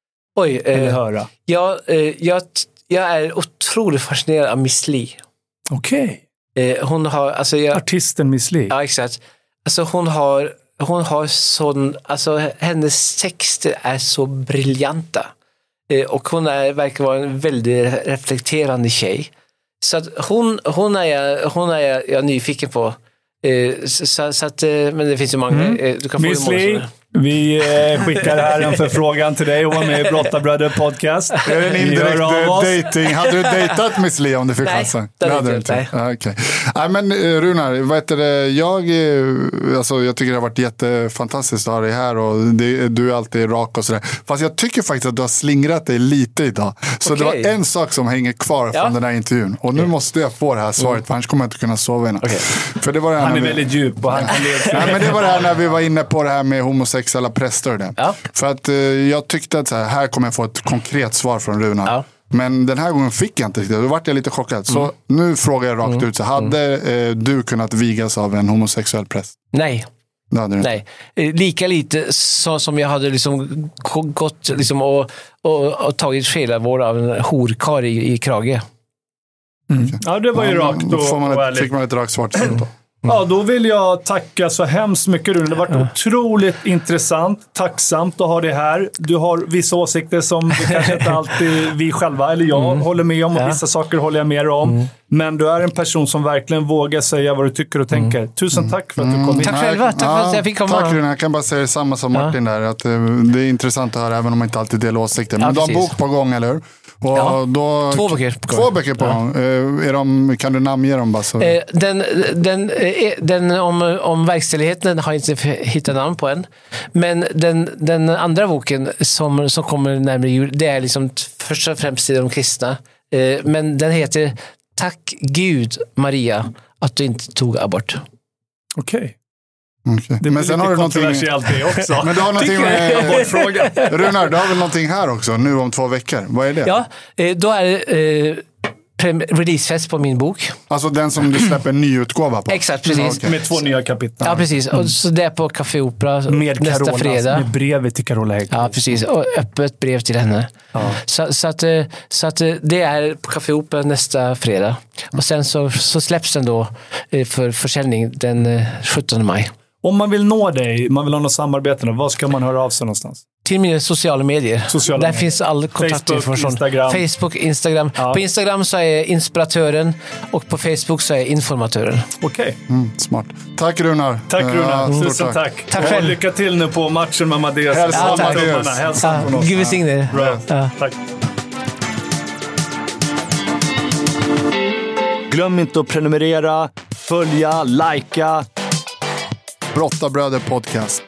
Oj, Eller eh, höra? jag, eh, jag, jag är otroligt fascinerad av Miss Li. Okej. Eh, hon har, alltså jag, Artisten Miss Li. ja exakt. Alltså hon har, hon har sån, alltså hennes texter är så briljanta. Eh, och hon är, verkar vara en väldigt reflekterande tjej. Så att hon, hon är jag, hon är jag, jag är nyfiken på. Eh, så, så att, eh, men det finns ju många. Mm. Eh, du kan få Miss det många Li, sådana. vi eh, skickar här en förfrågan till dig och var med i Brottarbröder podcast. Är det en Vi indirekt hör av oss. dating? Hade du dejtat Miss Li om du fick Nej, chansen? det hade hade jag du inte, Ja, okej. Nej, men eh, Runar, vad heter det? Jag, eh, alltså, jag tycker det har varit jättefantastiskt att ha dig här och det, du är alltid rak och sådär. Fast jag tycker faktiskt att du har slingrat dig lite idag. Så Okej. det var en sak som hänger kvar Ja. från den här intervjun. Och nu måste jag få det här svaret, Mm. för annars kommer jag inte kunna sova innan. Okej. För det var det här Han är när vi- väldigt djup och han kan leda. Nej, men det var det här när vi var inne på det här med homosexuella präster och det. Ja. För att eh, jag tyckte att så här, här kommer jag få ett konkret svar från Runar. Ja. Men den här gången fick jag inte riktigt. Då vart jag lite chockad. Så Mm. nu frågar jag rakt ut. Så hade eh, du kunnat vigas av en homosexuell präst? Nej. Det hade du inte. Nej, Eh, lika lite så, som jag hade liksom k- gått liksom och, och, och tagit själavård av en horkar i, i krage. Ja, det var ju Ja, rakt då får och, man och ett, ärligt. fick man ett rakt svar till slut då. Ja, då vill jag tacka så hemskt mycket, Rune. Det har varit otroligt intressant, tacksamt att ha det här. Du har vissa åsikter som vi kanske inte alltid vi själva, eller jag, håller med om. Och Ja. vissa saker håller jag med om. Men du är en person som verkligen vågar säga vad du tycker och tänker. Tusen tack för att du kom hit. Tack själva, tack för att jag fick komma. Tack Runar, jag kan bara säga samma som Martin där. Att, eh, det är intressant att höra även om man inte alltid delar åsikter. Men Ja, du har en precis. bok på gång, eller hur? Och Ja, då, två böcker på gång. Två böcker på gång. Eh, är de, kan du namnge dem bara? Så? Eh, den den, eh, den om, om verkställigheten har jag inte f- hittat namn på än. Men den, den andra boken som, som kommer närmare jul, det är liksom t- först och främst till de kristna. Eh, men den heter Tack Gud Maria att du inte tog abort. Okej. Okej. Det Men blir sen lite har du någonting... kontroversiellt det också. Men du har någonting Tycker jag. med... Abortfrågan. Runar, du har väl någonting här också, nu om två veckor. Vad är det? Ja, eh, då är det eh, prem- releasefest på min bok. Alltså den som du släpper en ny utgåva på? Exakt, precis. Okej. Med två nya kapitel. Ja, precis. Och så det är på Café Opera Med nästa Carola, fredag. med brevet till Carola Hägg. Ja, precis. Och öppet brev till henne. Så, så, att, eh, så att eh, det är på Café Opera nästa fredag. Och sen så, så släpps den då eh, för försäljning den eh, sjuttonde maj. Om man vill nå dig, man vill ha något samarbete, vad ska man höra av sig någonstans? Till mina sociala medier. Sociala Där medier. finns all kontaktinformation. Instagram. Facebook, Instagram. Ja. På Instagram så är jag inspiratören och på Facebook så är jag informatören. Okej. Mm, smart. Tack Runar. Tack Runar. Ja, stort Tusen tack. Tack Och själv. lycka till nu på matchen med Amadeus. Hälsa Ja, tack. Amadeus. Tummarna. Hälsa Ja, från oss. Gud välsigne er. Bra. Ja. Tack. Glöm inte att prenumerera, följa, likea. Brottarbröder podcast.